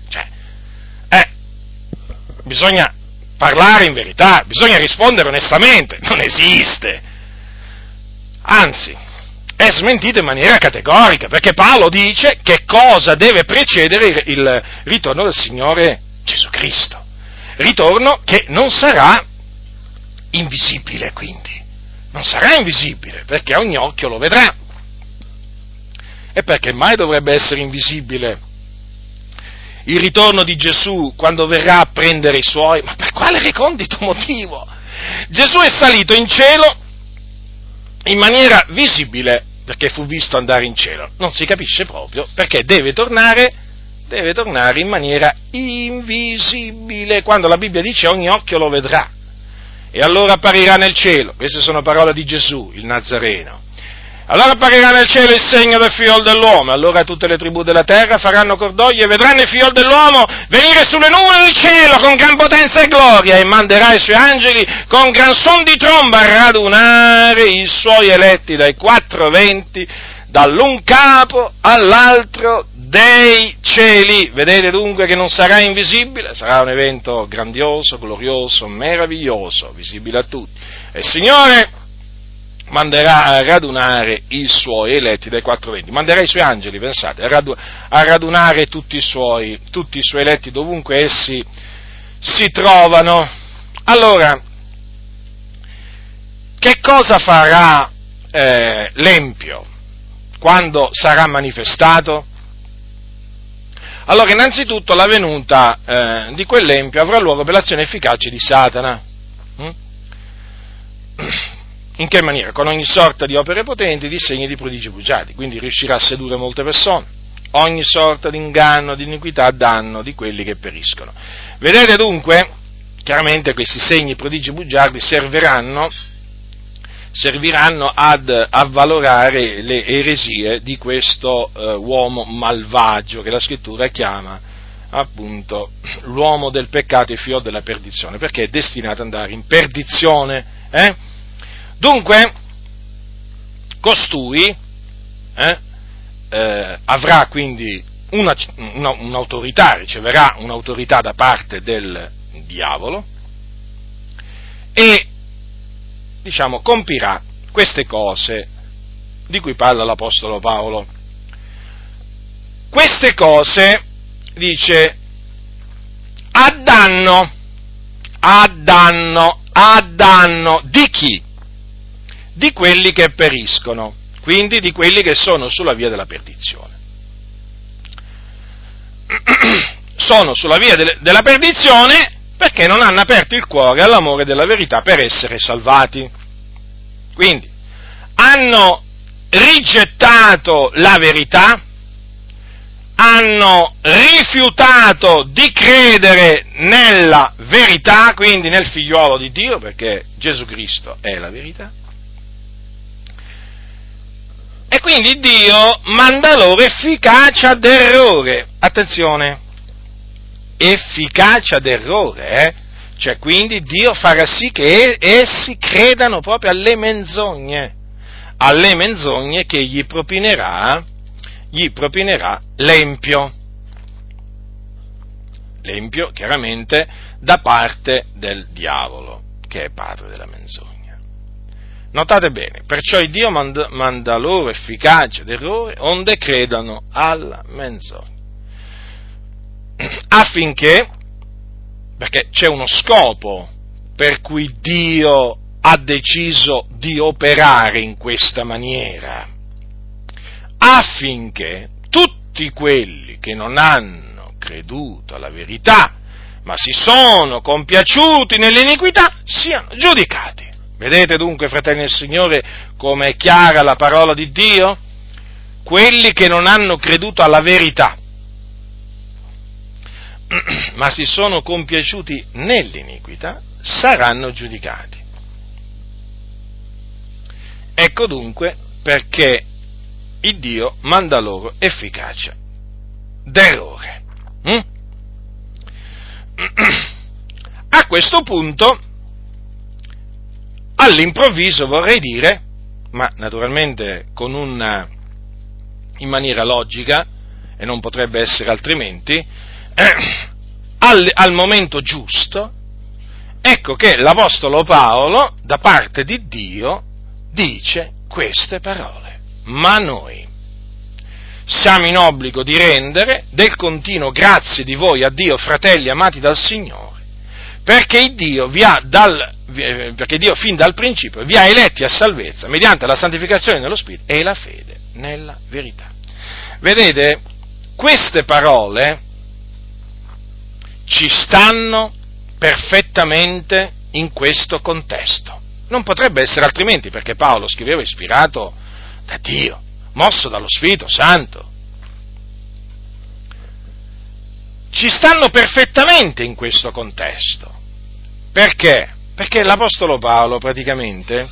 bisogna parlare in verità, bisogna rispondere onestamente, non esiste, anzi, è smentito in maniera categorica, perché Paolo dice che cosa deve precedere il ritorno del Signore Gesù Cristo, ritorno che non sarà invisibile quindi, perché ogni occhio lo vedrà. E perché mai dovrebbe essere invisibile il ritorno di Gesù quando verrà a prendere i suoi? Ma per quale recondito motivo? Gesù è salito in cielo in maniera visibile perché fu visto andare in cielo? Non si capisce proprio, perché deve tornare in maniera invisibile, quando la Bibbia dice ogni occhio lo vedrà, e allora apparirà nel cielo. Queste sono parole di Gesù, il Nazareno. Allora apparirà nel cielo il segno del Figlio dell'uomo, allora tutte le tribù della terra faranno cordoglio e vedranno il Figlio dell'uomo venire sulle nuvole del cielo con gran potenza e gloria, e manderà i suoi angeli con gran suon di tromba a radunare i suoi eletti dai quattro venti, dall'un capo all'altro dei cieli. Vedete dunque che non sarà invisibile, sarà un evento grandioso, glorioso, meraviglioso, visibile a tutti. E il Signore manderà a radunare i suoi eletti dai quattro venti, manderà i suoi angeli, pensate, a radunare tutti i suoi eletti dovunque essi si trovano. Allora, che cosa farà l'empio quando sarà manifestato? Allora, innanzitutto la venuta di quell'empio avrà luogo per l'azione efficace di Satana. In che maniera? Con ogni sorta di opere potenti, di segni, di prodigi bugiardi. Quindi riuscirà a sedurre molte persone, ogni sorta di inganno, di iniquità a danno di quelli che periscono. Vedete dunque, chiaramente questi segni, prodigi bugiardi serviranno ad avvalorare le eresie di questo uomo malvagio che la Scrittura chiama appunto l'uomo del peccato e figlio della perdizione, perché è destinato ad andare in perdizione. Dunque, costui avrà quindi un'autorità, riceverà un'autorità da parte del diavolo e, compirà queste cose di cui parla l'Apostolo Paolo. Queste cose, dice, a danno di chi? Di quelli che periscono, quindi di quelli che sono sulla via della perdizione. Sono sulla via della perdizione perché non hanno aperto il cuore all'amore della verità per essere salvati. Quindi hanno rigettato la verità, hanno rifiutato di credere nella verità, quindi nel figliuolo di Dio, perché Gesù Cristo è la verità. E quindi Dio manda loro efficacia d'errore. Attenzione, efficacia d'errore, Cioè, quindi Dio farà sì che essi credano proprio alle menzogne che gli propinerà l'empio. L'empio, chiaramente, da parte del diavolo, che è padre della menzogna. Notate bene, perciò il Dio manda loro efficacia d'errore, onde credano alla menzogna. Affinché, perché c'è uno scopo per cui Dio ha deciso di operare in questa maniera, affinché tutti quelli che non hanno creduto alla verità, ma si sono compiaciuti nell'iniquità, siano giudicati. Vedete dunque, fratelli del Signore, come è chiara la parola di Dio? Quelli che non hanno creduto alla verità, ma si sono compiaciuti nell'iniquità, saranno giudicati. Ecco dunque perché il Dio manda loro efficacia d'errore. A questo punto, all'improvviso vorrei dire, ma naturalmente in maniera logica, e non potrebbe essere altrimenti, al momento giusto, ecco che l'Apostolo Paolo, da parte di Dio, dice queste parole: ma noi siamo in obbligo di rendere del continuo grazie di voi a Dio, fratelli amati dal Signore, perché Dio fin dal principio vi ha eletti a salvezza mediante la santificazione nello Spirito e la fede nella verità. Vedete, queste parole ci stanno perfettamente in questo contesto. Non potrebbe essere altrimenti, perché Paolo scriveva ispirato da Dio, mosso dallo Spirito Santo. Ci stanno perfettamente in questo contesto. Perché? Perché l'Apostolo Paolo praticamente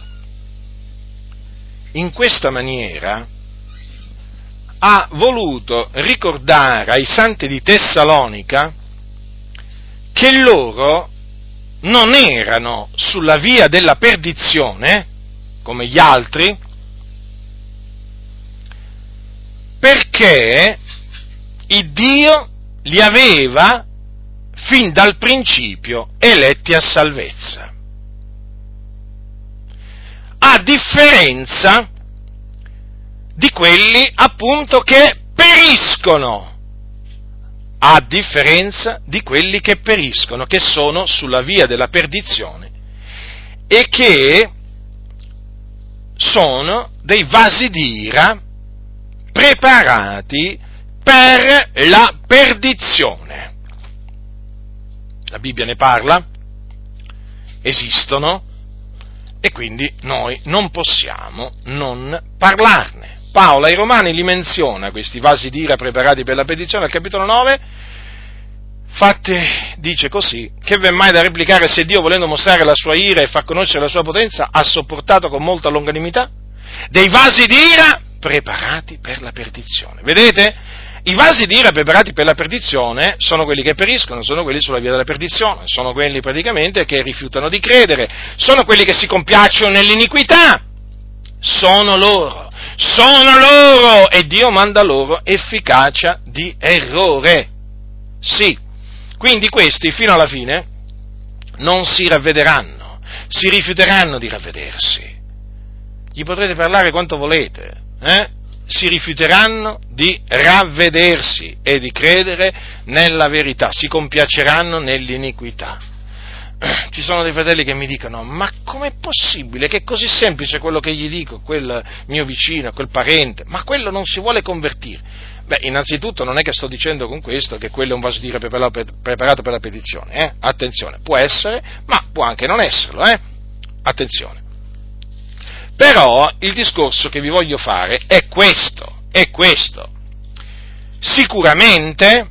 in questa maniera ha voluto ricordare ai santi di Tessalonica che loro non erano sulla via della perdizione, come gli altri, perché il Dio li aveva fin dal principio eletti a salvezza. A differenza di quelli appunto che periscono, a differenza di quelli che periscono, che sono sulla via della perdizione e che sono dei vasi d'ira preparati per la perdizione. La Bibbia ne parla, esistono, e quindi noi non possiamo non parlarne. Paolo ai Romani li menziona, questi vasi d'ira preparati per la perdizione, al capitolo 9, infatti dice così: che v'è mai da replicare se Dio, volendo mostrare la sua ira e far conoscere la sua potenza, ha sopportato con molta longanimità dei vasi d'ira preparati per la perdizione. Vedete? I vasi d'ira preparati per la perdizione sono quelli che periscono, sono quelli sulla via della perdizione, sono quelli praticamente che rifiutano di credere, sono quelli che si compiacciono nell'iniquità, sono loro, e Dio manda loro efficacia di errore. Sì, quindi questi fino alla fine non si ravvederanno, si rifiuteranno di ravvedersi. Gli potrete parlare quanto volete, si rifiuteranno di ravvedersi e di credere nella verità, si compiaceranno nell'iniquità. Ci sono dei fratelli che mi dicono: ma com'è possibile che è così semplice quello che gli dico, quel mio vicino, quel parente, ma quello non si vuole convertire? Beh, innanzitutto non è che sto dicendo con questo che quello è un vaso d'ira preparato per la perdizione, attenzione, può essere, ma può anche non esserlo, attenzione. Però il discorso che vi voglio fare è questo. Sicuramente,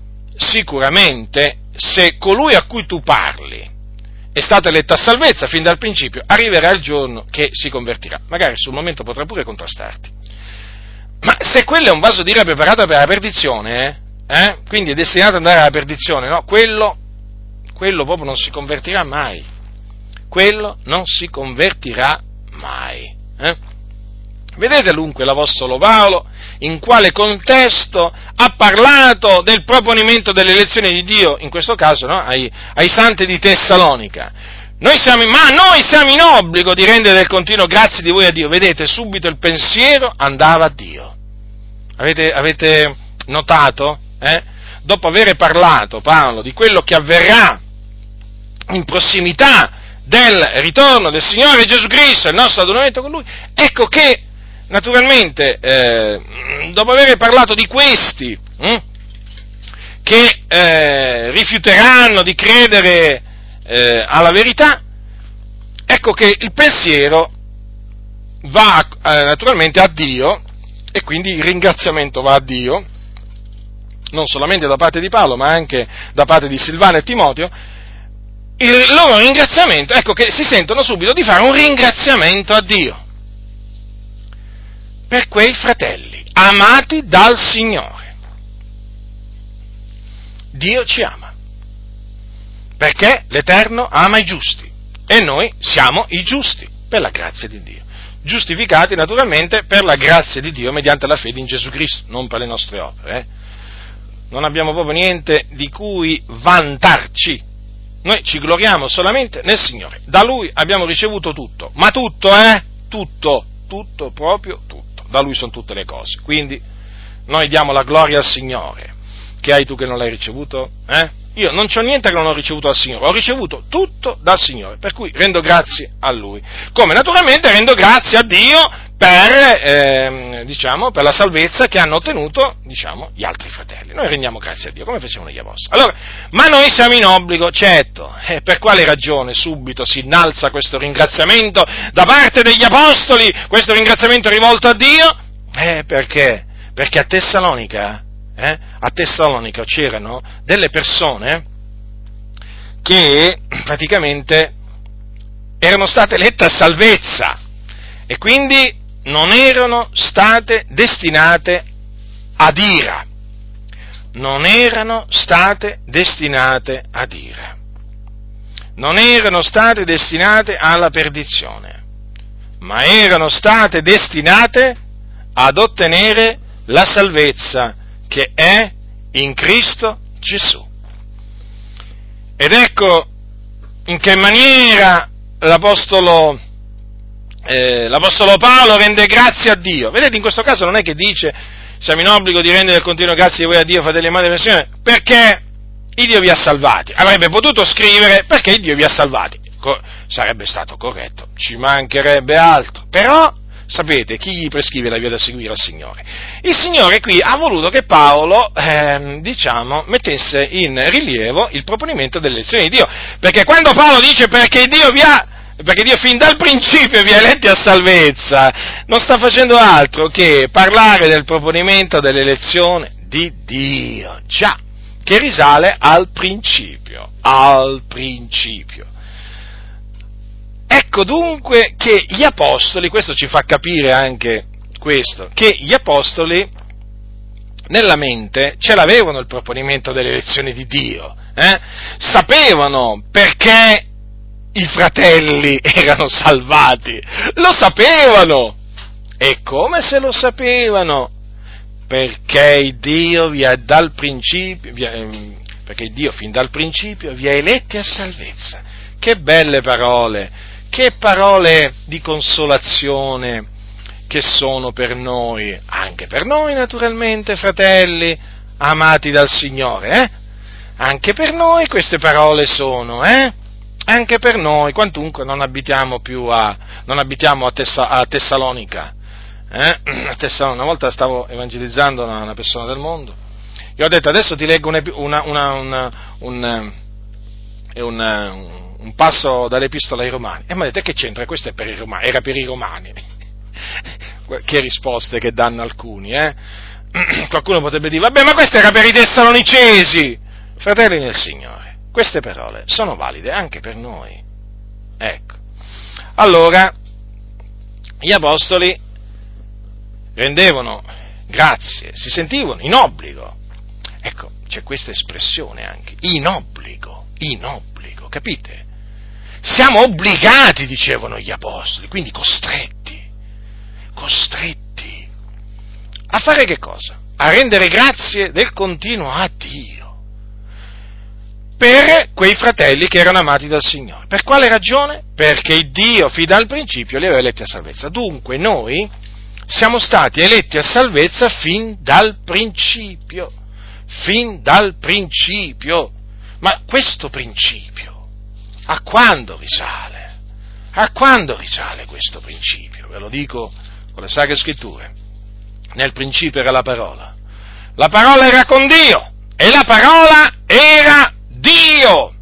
se colui a cui tu parli è stato eletto a salvezza fin dal principio, arriverà il giorno che si convertirà. Magari sul momento potrà pure contrastarti. Ma se quello è un vaso d'ira preparato per la perdizione, quindi è destinato ad andare alla perdizione, no? Quello proprio non si convertirà mai. Quello non si convertirà mai. Vedete dunque l'Apostolo Paolo in quale contesto ha parlato del proponimento delle elezioni di Dio, in questo caso, no? ai santi di Tessalonica. Noi siamo in obbligo di rendere del continuo grazie di voi a Dio. Vedete, subito il pensiero andava a Dio. Avete notato? Dopo aver parlato Paolo di quello che avverrà in prossimità del ritorno del Signore Gesù Cristo, il nostro adunamento con Lui, ecco che, naturalmente, dopo aver parlato di questi, che rifiuteranno di credere alla verità, ecco che il pensiero va naturalmente a Dio, e quindi il ringraziamento va a Dio, non solamente da parte di Paolo, ma anche da parte di Silvano e Timoteo. Il loro ringraziamento, ecco che si sentono subito di fare un ringraziamento a Dio per quei fratelli amati dal Signore. Dio ci ama, perché l'Eterno ama i giusti, e noi siamo i giusti per la grazia di Dio, giustificati naturalmente per la grazia di Dio mediante la fede in Gesù Cristo, non per le nostre opere. Non abbiamo proprio niente di cui vantarci. Noi ci gloriamo solamente nel Signore, da Lui abbiamo ricevuto tutto, ma tutto, tutto, proprio tutto, da Lui sono tutte le cose, quindi noi diamo la gloria al Signore. Che hai tu che non l'hai ricevuto? Io non c'ho niente che non ho ricevuto dal Signore, ho ricevuto tutto dal Signore, per cui rendo grazie a Lui, come naturalmente rendo grazie a Dio per la salvezza che hanno ottenuto, gli altri fratelli. Noi rendiamo grazie a Dio, come facevano gli apostoli. Allora, ma noi siamo in obbligo, certo, per quale ragione subito si innalza questo ringraziamento da parte degli apostoli, questo ringraziamento rivolto a Dio? Perché? Perché a Tessalonica c'erano delle persone che praticamente erano state elette a salvezza e quindi non erano state destinate ad ira. Non erano state destinate ad ira. Non erano state destinate alla perdizione, ma erano state destinate ad ottenere la salvezza che è in Cristo Gesù. Ed ecco in che maniera l'Apostolo Paolo rende grazie a Dio. Vedete, in questo caso non è che dice siamo in obbligo di rendere il continuo grazie di voi a Dio, fratelli e madri del Signore, perché il Dio vi ha salvati. Avrebbe potuto scrivere perché il Dio vi ha salvati. Sarebbe stato corretto, ci mancherebbe altro. Però, sapete, chi gli prescrive la via da seguire al Signore? Il Signore qui ha voluto che Paolo, mettesse in rilievo il proponimento delle elezioni di Dio. Perché quando Paolo dice perché Dio fin dal principio vi ha eletti a salvezza, non sta facendo altro che parlare del proponimento dell'elezione di Dio, già, che risale al principio. Ecco dunque che gli apostoli, questo ci fa capire anche questo, che gli apostoli nella mente ce l'avevano il proponimento delle elezioni di Dio, sapevano perché i fratelli erano salvati, lo sapevano, e come se lo sapevano? Perché Dio perché Dio fin dal principio vi ha eletti a salvezza. Che belle parole, che parole di consolazione che sono per noi, anche per noi naturalmente, fratelli amati dal Signore, Anche per noi queste parole sono, Anche per noi, quantunque non abitiamo a Tessalonica. Una volta stavo evangelizzando una persona del mondo, gli ho detto adesso ti leggo un passo dall'Epistola ai Romani, e mi ha detto che c'entra? Questo è per i Romani, era per i Romani. Che risposte che danno alcuni, Qualcuno potrebbe dire, vabbè, ma questo era per i Tessalonicesi. Fratelli nel Signore, queste parole sono valide anche per noi. Ecco. Allora, gli apostoli rendevano grazie, si sentivano in obbligo. Ecco, c'è questa espressione anche, in obbligo, capite? Siamo obbligati, dicevano gli apostoli, quindi costretti a fare che cosa? A rendere grazie del continuo a Dio per quei fratelli che erano amati dal Signore. Per quale ragione? Perché Dio fin dal principio li aveva eletti a salvezza. Dunque noi siamo stati eletti a salvezza fin dal principio. Ma questo principio a quando risale? A quando risale questo principio? Ve lo dico con le Sacre Scritture. Nel principio era la parola era con Dio, e la parola era Dio.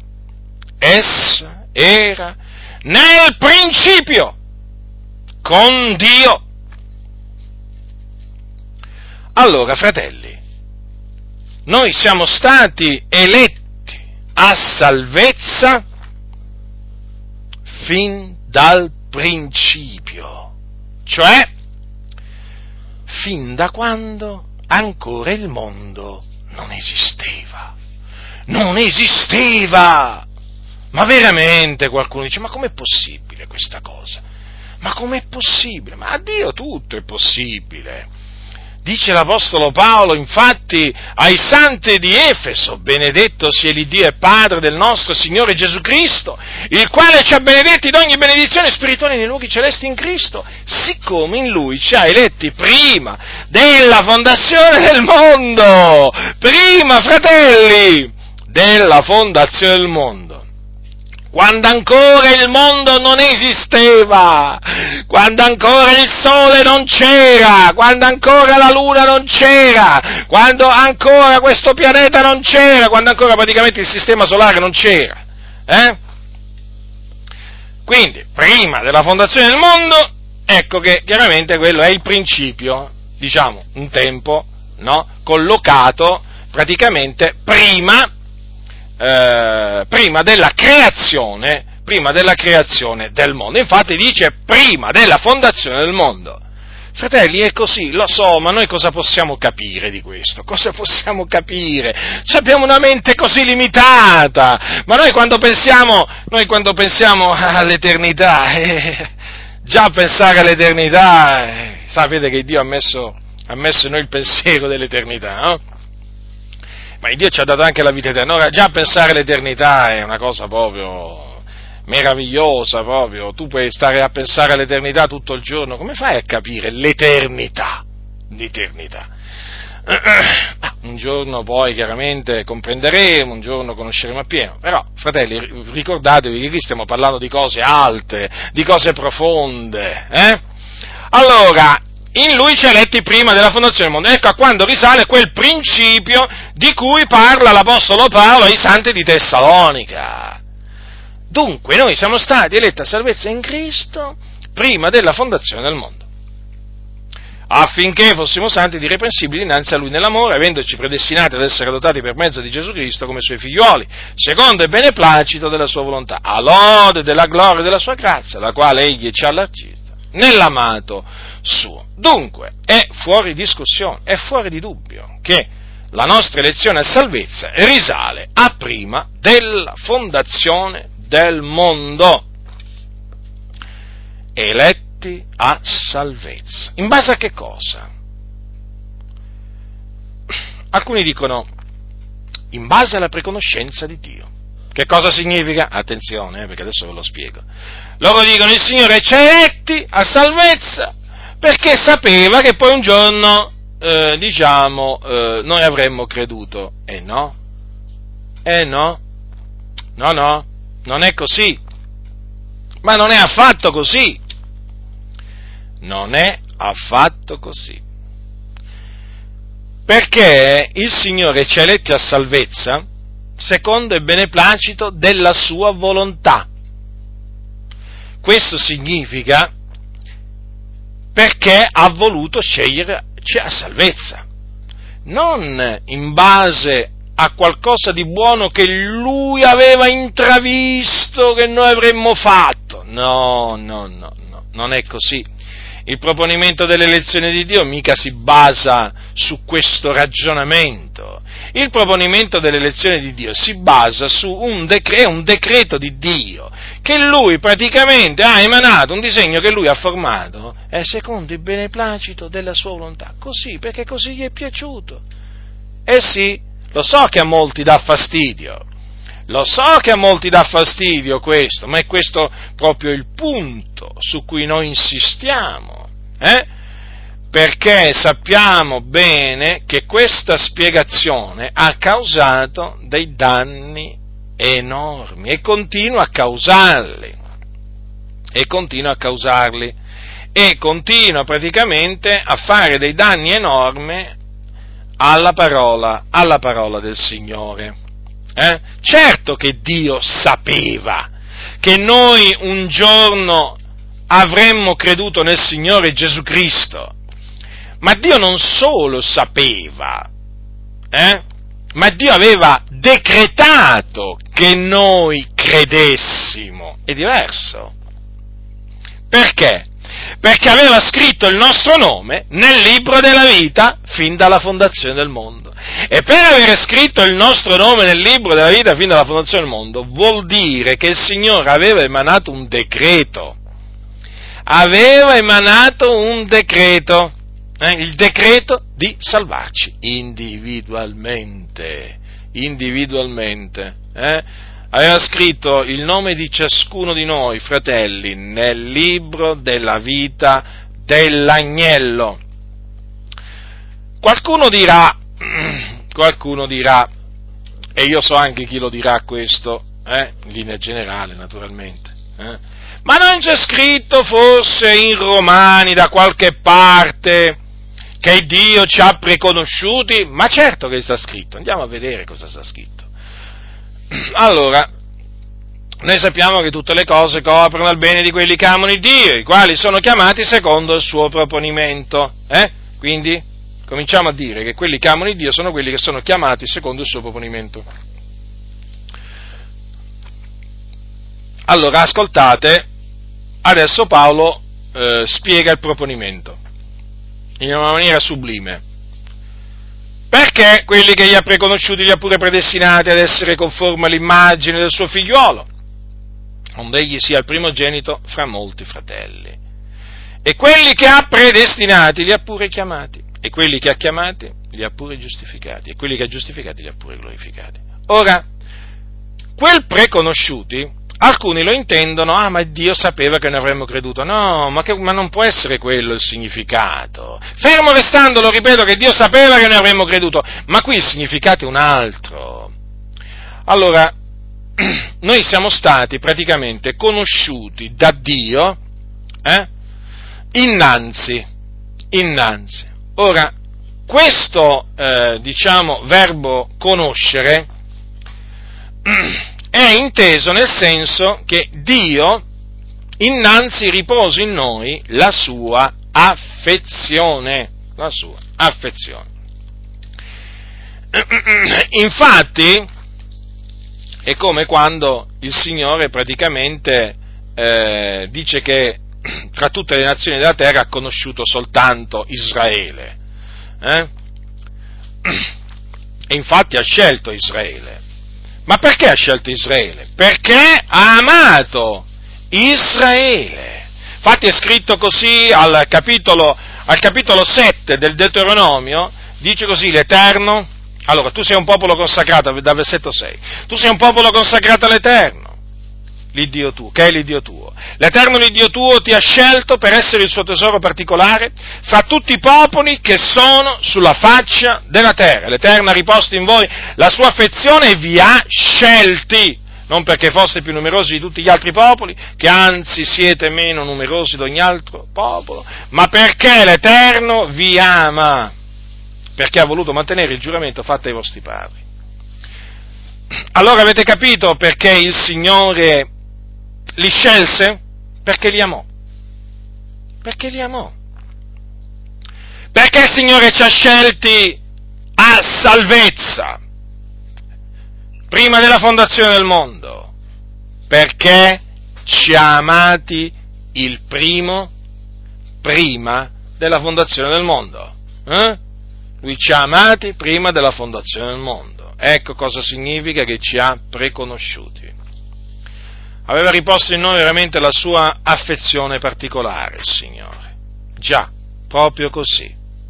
Essa era nel principio con Dio. Allora, fratelli, noi siamo stati eletti a salvezza fin dal principio, cioè fin da quando ancora il mondo non esisteva. Ma veramente qualcuno dice, ma com'è possibile questa cosa? Ma com'è possibile? Ma a Dio tutto è possibile. Dice l'Apostolo Paolo, infatti, ai santi di Efeso, benedetto sia l'Iddio e Padre del nostro Signore Gesù Cristo, il quale ci ha benedetti d'ogni benedizione spirituale nei luoghi celesti in Cristo, siccome in Lui ci ha eletti prima della fondazione del mondo, prima, fratelli, della fondazione del mondo. Quando ancora il mondo non esisteva, quando ancora il sole non c'era, quando ancora la luna non c'era, quando ancora questo pianeta non c'era, quando ancora praticamente il sistema solare non c'era. Quindi, prima della fondazione del mondo, ecco che chiaramente quello è il principio, diciamo, un tempo, no? Collocato praticamente prima della creazione del mondo. Infatti dice prima della fondazione del mondo. Fratelli, è così, lo so, ma noi cosa possiamo capire di questo? Cosa possiamo capire? Abbiamo una mente così limitata, ma noi quando pensiamo all'eternità, già pensare all'eternità, sapete che Dio ha messo in noi il pensiero dell'eternità, no? Ma Dio ci ha dato anche la vita eterna. Ora, già pensare all'eternità è una cosa proprio meravigliosa, proprio. Tu puoi stare a pensare all'eternità tutto il giorno, come fai a capire l'eternità? L'eternità. Un giorno poi chiaramente comprenderemo, un giorno conosceremo appieno, però, fratelli, ricordatevi che qui stiamo parlando di cose alte, di cose profonde, Allora, in lui ci ha eletti prima della fondazione del mondo. Ecco a quando risale quel principio di cui parla l'Apostolo Paolo ai santi di Tessalonica. Dunque, noi siamo stati eletti a salvezza in Cristo prima della fondazione del mondo, affinché fossimo santi ed irreprensibili dinanzi a Lui nell'amore, avendoci predestinati ad essere adottati per mezzo di Gesù Cristo come Suoi figliuoli, secondo il beneplacito della Sua volontà, a lode della gloria della Sua grazia, la quale Egli ci ha allargita nell'amato Suo. Dunque, è fuori discussione, è fuori di dubbio che la nostra elezione a salvezza risale a prima della fondazione del mondo. Eletti a salvezza. In base a che cosa? Alcuni dicono in base alla preconoscenza di Dio. Che cosa significa? Attenzione, perché adesso ve lo spiego. Loro dicono il Signore ci ha eletti a salvezza perché sapeva che poi un giorno, noi avremmo creduto. No, non è così. Ma non è affatto così. Non è affatto così. Perché il Signore ci ha eletti a salvezza secondo il beneplacito della sua volontà. Questo significa perché ha voluto sceglierci a salvezza, non in base a qualcosa di buono che Lui aveva intravisto che noi avremmo fatto. No, non è così. Il proponimento dell'elezione di Dio mica si basa su questo ragionamento. Il proponimento dell'elezione di Dio si basa su un decreto di Dio, che Lui praticamente ha emanato, un disegno che Lui ha formato, secondo il beneplacito della sua volontà. Così, perché così gli è piaciuto. Sì, lo so che a molti dà fastidio. Lo so che a molti dà fastidio questo, ma è questo proprio il punto su cui noi insistiamo, perché sappiamo bene che questa spiegazione ha causato dei danni enormi e continua a causarli, e continua praticamente a fare dei danni enormi alla parola del Signore. Certo che Dio sapeva che noi un giorno avremmo creduto nel Signore Gesù Cristo, ma Dio non solo sapeva, ma Dio aveva decretato che noi credessimo. È diverso. Perché? Perché aveva scritto il nostro nome nel libro della vita fin dalla fondazione del mondo. E per avere scritto il nostro nome nel libro della vita fin dalla fondazione del mondo vuol dire che il Signore aveva emanato un decreto. Il decreto di salvarci individualmente. Aveva scritto il nome di ciascuno di noi, fratelli, nel libro della vita dell'agnello. Qualcuno dirà, e io so anche chi lo dirà questo, in linea generale naturalmente, ma non c'è scritto forse in Romani da qualche parte che Dio ci ha preconosciuti? Ma certo che sta scritto, andiamo a vedere cosa sta scritto. Allora, noi sappiamo che tutte le cose cooperano al bene di quelli che amano il Dio, i quali sono chiamati secondo il suo proponimento. Quindi cominciamo a dire che quelli che amano il Dio sono quelli che sono chiamati secondo il suo proponimento. Allora, ascoltate, adesso Paolo spiega il proponimento in una maniera sublime. Perché quelli che gli ha preconosciuti li ha pure predestinati ad essere conformi all'immagine del suo figliuolo, onde egli sia il primogenito fra molti fratelli. E quelli che ha predestinati li ha pure chiamati, e quelli che ha chiamati li ha pure giustificati, e quelli che ha giustificati li ha pure glorificati. Ora, quel preconosciuti, alcuni lo intendono, ma Dio sapeva che ne avremmo creduto. No, ma non può essere quello il significato. Fermo restando, lo ripeto, che Dio sapeva che ne avremmo creduto, ma qui il significato è un altro. Allora, noi siamo stati praticamente conosciuti da Dio innanzi. Ora, questo, verbo conoscere è inteso nel senso che Dio innanzi riposa in noi la sua affezione. Infatti, è come quando il Signore praticamente dice che tra tutte le nazioni della terra ha conosciuto soltanto Israele. E infatti ha scelto Israele. Ma perché ha scelto Israele? Perché ha amato Israele. Infatti è scritto così al capitolo 7 del Deuteronomio, dice così l'Eterno. Allora, tu sei un popolo consacrato, dal versetto 6, tu sei un popolo consacrato all'Eterno, l'Iddio tuo, che è l'Iddio tuo. L'Eterno l'Iddio tuo ti ha scelto per essere il suo tesoro particolare fra tutti i popoli che sono sulla faccia della terra. L'Eterno ha riposto in voi la sua affezione e vi ha scelti, non perché foste più numerosi di tutti gli altri popoli, che anzi siete meno numerosi di ogni altro popolo, ma perché l'Eterno vi ama, perché ha voluto mantenere il giuramento fatto ai vostri padri. Allora avete capito perché il Signore li scelse? Perché li amò. Perché li amò. Perché il Signore ci ha scelti a salvezza, prima della fondazione del mondo? Perché ci ha amati il prima della fondazione del mondo. Lui ci ha amati prima della fondazione del mondo. Ecco cosa significa che ci ha preconosciuti. Aveva riposto in noi veramente la sua affezione particolare, il Signore. Già, proprio così.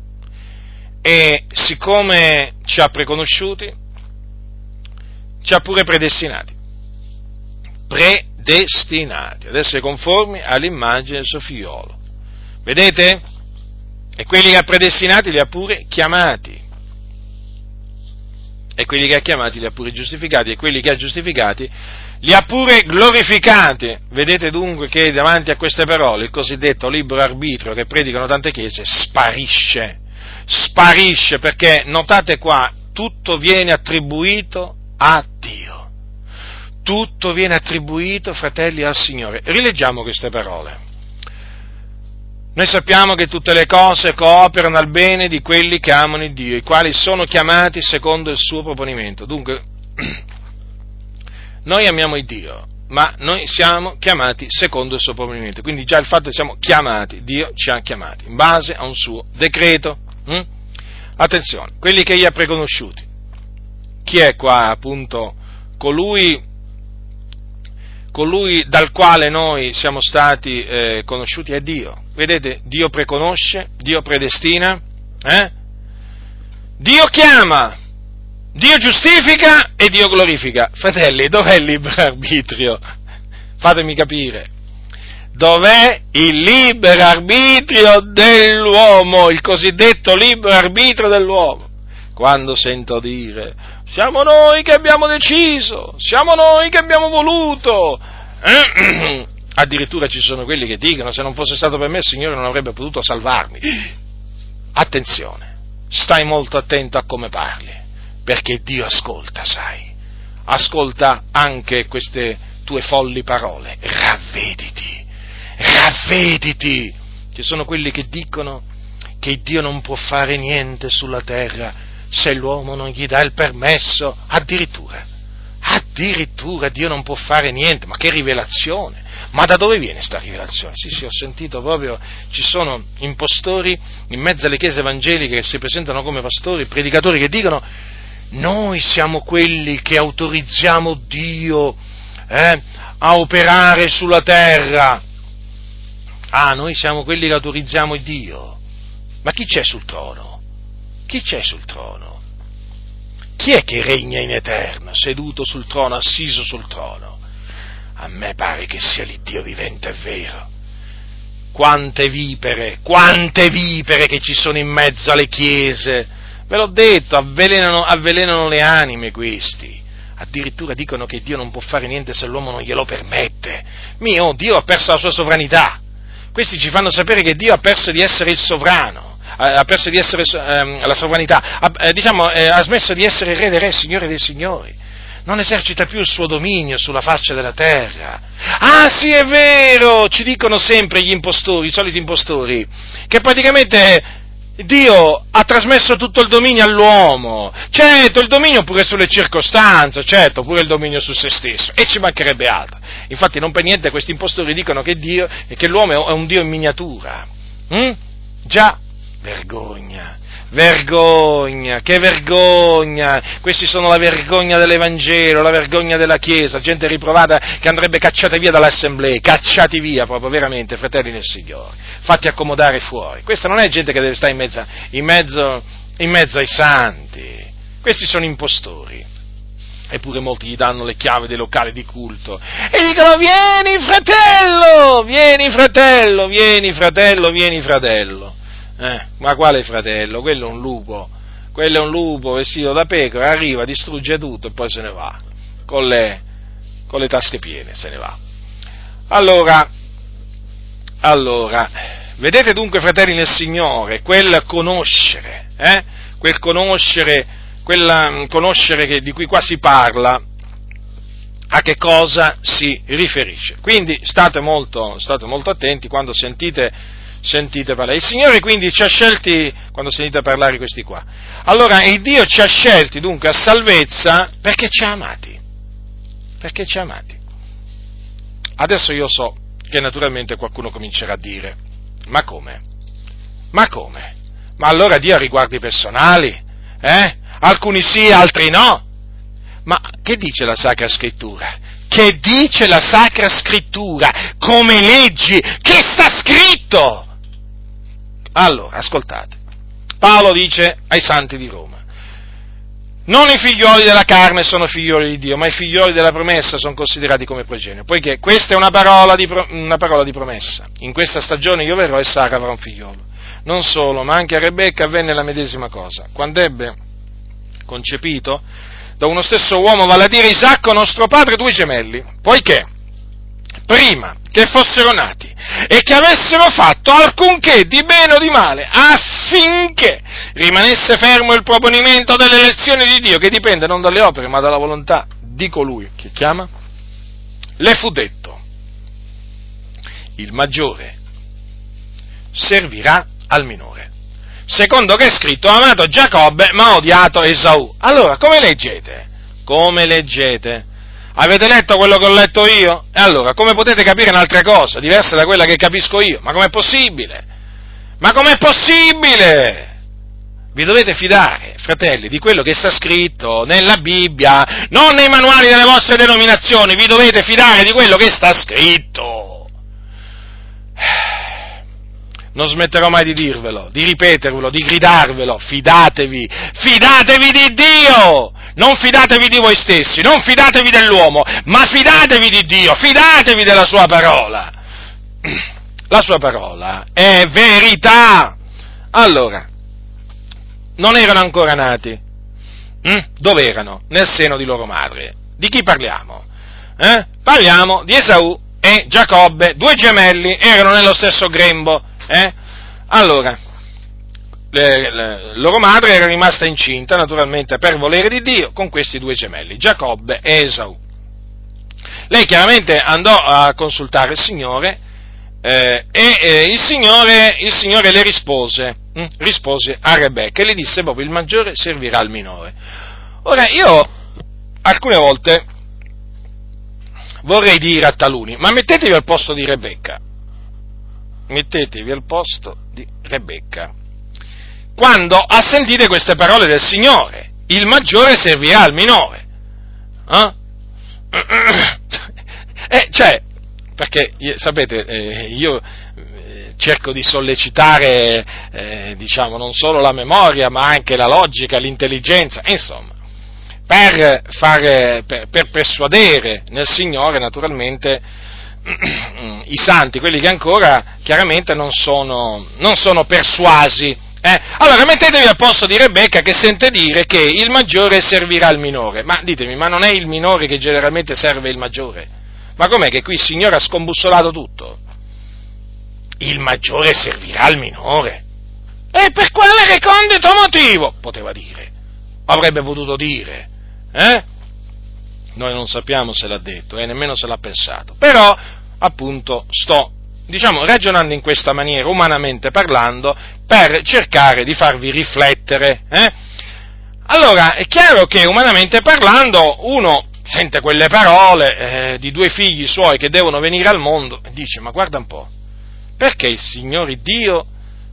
E siccome ci ha preconosciuti, ci ha pure predestinati ad essere conformi all'immagine del suo figliolo. Vedete? E quelli che ha predestinati li ha pure chiamati. E quelli che ha chiamati li ha pure giustificati, e quelli che ha giustificati li ha pure glorificati. Vedete dunque che davanti a queste parole il cosiddetto libero arbitrio che predicano tante chiese sparisce, perché notate qua, tutto viene attribuito a Dio. Tutto viene attribuito, fratelli, al Signore. Rileggiamo queste parole. Noi sappiamo che tutte le cose cooperano al bene di quelli che amano il Dio, i quali sono chiamati secondo il suo proponimento. Dunque, noi amiamo il Dio, ma noi siamo chiamati secondo il suo proponimento. Quindi già il fatto che siamo chiamati, Dio ci ha chiamati, in base a un suo decreto. Attenzione, quelli che gli ha preconosciuti. Chi è qua, appunto, colui dal quale noi siamo stati conosciuti è Dio. Vedete, Dio preconosce, Dio predestina, Dio chiama, Dio giustifica e Dio glorifica. Fratelli, dov'è il libero arbitrio? Fatemi capire. Dov'è il libero arbitrio dell'uomo, il cosiddetto libero arbitrio dell'uomo? Quando sento dire, siamo noi che abbiamo deciso, siamo noi che abbiamo voluto, addirittura ci sono quelli che dicono, se non fosse stato per me il Signore non avrebbe potuto salvarmi. Attenzione, stai molto attento a come parli, perché Dio ascolta, sai, ascolta anche queste tue folli parole. Ravvediti! Ci sono quelli che dicono che Dio non può fare niente sulla terra se l'uomo non gli dà il permesso, addirittura Dio non può fare niente, ma che rivelazione! Ma da dove viene sta rivelazione? Sì, ho sentito proprio, ci sono impostori in mezzo alle chiese evangeliche che si presentano come pastori, predicatori che dicono: noi siamo quelli che autorizziamo Dio a operare sulla terra. Noi siamo quelli che autorizziamo Dio. Ma chi c'è sul trono? Chi c'è sul trono? Chi è che regna in eterno, seduto sul trono, assiso sul trono? A me pare che sia l'Iddio vivente, è vero. Quante vipere che ci sono in mezzo alle chiese, ve l'ho detto, avvelenano le anime questi. Addirittura dicono che Dio non può fare niente se l'uomo non glielo permette. Dio ha perso la sua sovranità. Questi ci fanno sapere che Dio ha perso di essere il sovrano, ha perso di essere la sovranità, ha smesso di essere il re dei re, signore dei signori. Non esercita più il suo dominio sulla faccia della terra. Ah, sì, è vero! Ci dicono sempre gli impostori, i soliti impostori, che praticamente Dio ha trasmesso tutto il dominio all'uomo. Certo, il dominio pure sulle circostanze, certo, pure il dominio su se stesso, e ci mancherebbe altro. Infatti non per niente questi impostori dicono che l'uomo è un Dio in miniatura. Già, vergogna, che vergogna! Questi sono la vergogna dell'Evangelo, la vergogna della Chiesa, gente riprovata che andrebbe cacciata via dalle assemblee, cacciati via proprio, veramente, fratelli nel Signore, fatti accomodare fuori. Questa non è gente che deve stare in mezzo ai santi, questi sono impostori. Eppure molti gli danno le chiavi dei locali di culto e dicono: vieni fratello. Ma quale fratello? Quello è un lupo vestito da pecora, arriva, distrugge tutto e poi se ne va, con le tasche piene se ne va. Allora, vedete dunque, fratelli nel Signore, quel conoscere di cui qua si parla, a che cosa si riferisce. Quindi state molto attenti quando sentite parlare. Il Signore quindi ci ha scelti, quando sentite parlare di questi qua. Allora, il Dio ci ha scelti dunque a salvezza perché ci ha amati. Adesso io so che naturalmente qualcuno comincerà a dire: ma come? Ma allora Dio ha riguardi personali? Alcuni sì, altri no? Ma che dice la Sacra Scrittura? Che dice la Sacra Scrittura? Come leggi? Che sta scritto? Allora, ascoltate. Paolo dice ai santi di Roma: non i figlioli della carne sono figlioli di Dio, ma i figlioli della promessa sono considerati come progenie, poiché questa è una parola di promessa. In questa stagione io verrò e Sara avrà un figliolo. Non solo, ma anche a Rebecca avvenne la medesima cosa. Quando ebbe concepito da uno stesso uomo, vale a dire Isacco, nostro padre, 2 gemelli, poiché prima che fossero nati e che avessero fatto alcunché di bene o di male, affinché rimanesse fermo il proponimento delle elezioni di Dio, che dipende non dalle opere ma dalla volontà di colui che chiama, le fu detto: il maggiore servirà al minore, secondo che è scritto: ha amato Giacobbe ma ha odiato Esaù. Allora, come leggete? Avete letto quello che ho letto io? E allora, come potete capire un'altra cosa, diversa da quella che capisco io? Ma com'è possibile? Vi dovete fidare, fratelli, di quello che sta scritto nella Bibbia, non nei manuali delle vostre denominazioni, vi dovete fidare di quello che sta scritto. Non smetterò mai di dirvelo, di ripetervelo, di gridarvelo: fidatevi di Dio! Non fidatevi di voi stessi, non fidatevi dell'uomo, ma fidatevi di Dio, fidatevi della sua parola. La sua parola è verità. Allora, non erano ancora nati? Dove erano? Nel seno di loro madre. Di chi parliamo? Parliamo di Esaù e Giacobbe, 2 gemelli, erano nello stesso grembo. Allora, loro madre era rimasta incinta, naturalmente per volere di Dio, con questi 2 gemelli, Giacobbe e Esaù. lei chiaramente andò a consultare il Signore il Signore le rispose a Rebecca e le disse proprio: il maggiore servirà al minore. Ora, io alcune volte vorrei dire a taluni: ma mettetevi al posto di Rebecca. Mettetevi al posto di Rebecca. Quando sentite queste parole del Signore: il maggiore servirà al minore. Perché, sapete, io cerco di sollecitare, diciamo, non solo la memoria, ma anche la logica, l'intelligenza, insomma, per persuadere nel Signore, naturalmente, i santi, quelli che ancora chiaramente non sono persuasi. Allora mettetevi al posto di Rebecca, che sente dire che il maggiore servirà al minore. Ma ditemi, ma non è il minore che generalmente serve il maggiore? Ma com'è che qui il Signore ha scombussolato tutto? Il maggiore servirà al minore. E per quale recondito motivo? Poteva dire. Avrebbe potuto dire. Noi non sappiamo se l'ha detto, nemmeno se l'ha pensato. Però, appunto, sto ragionando in questa maniera, umanamente parlando, per cercare di farvi riflettere. Allora, è chiaro che, umanamente parlando, uno sente quelle parole di due figli suoi che devono venire al mondo e dice: ma guarda un po', perché il Signore Dio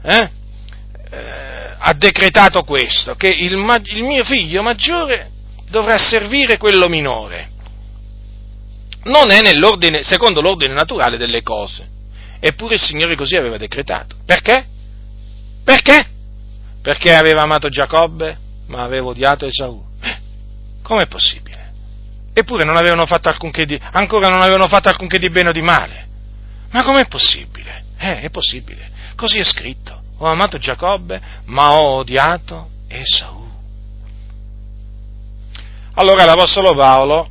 ha decretato questo, che il mio figlio maggiore dovrà servire quello minore? Non è secondo l'ordine naturale delle cose. Eppure il Signore così aveva decretato. Perché? Perché? Perché aveva amato Giacobbe, ma aveva odiato Esaù. Com'è possibile? Eppure non avevano fatto ancora non avevano fatto alcunché di bene o di male. Ma com'è possibile? È possibile. Così è scritto. Ho amato Giacobbe, ma ho odiato Esaù. Allora l'Apostolo Paolo,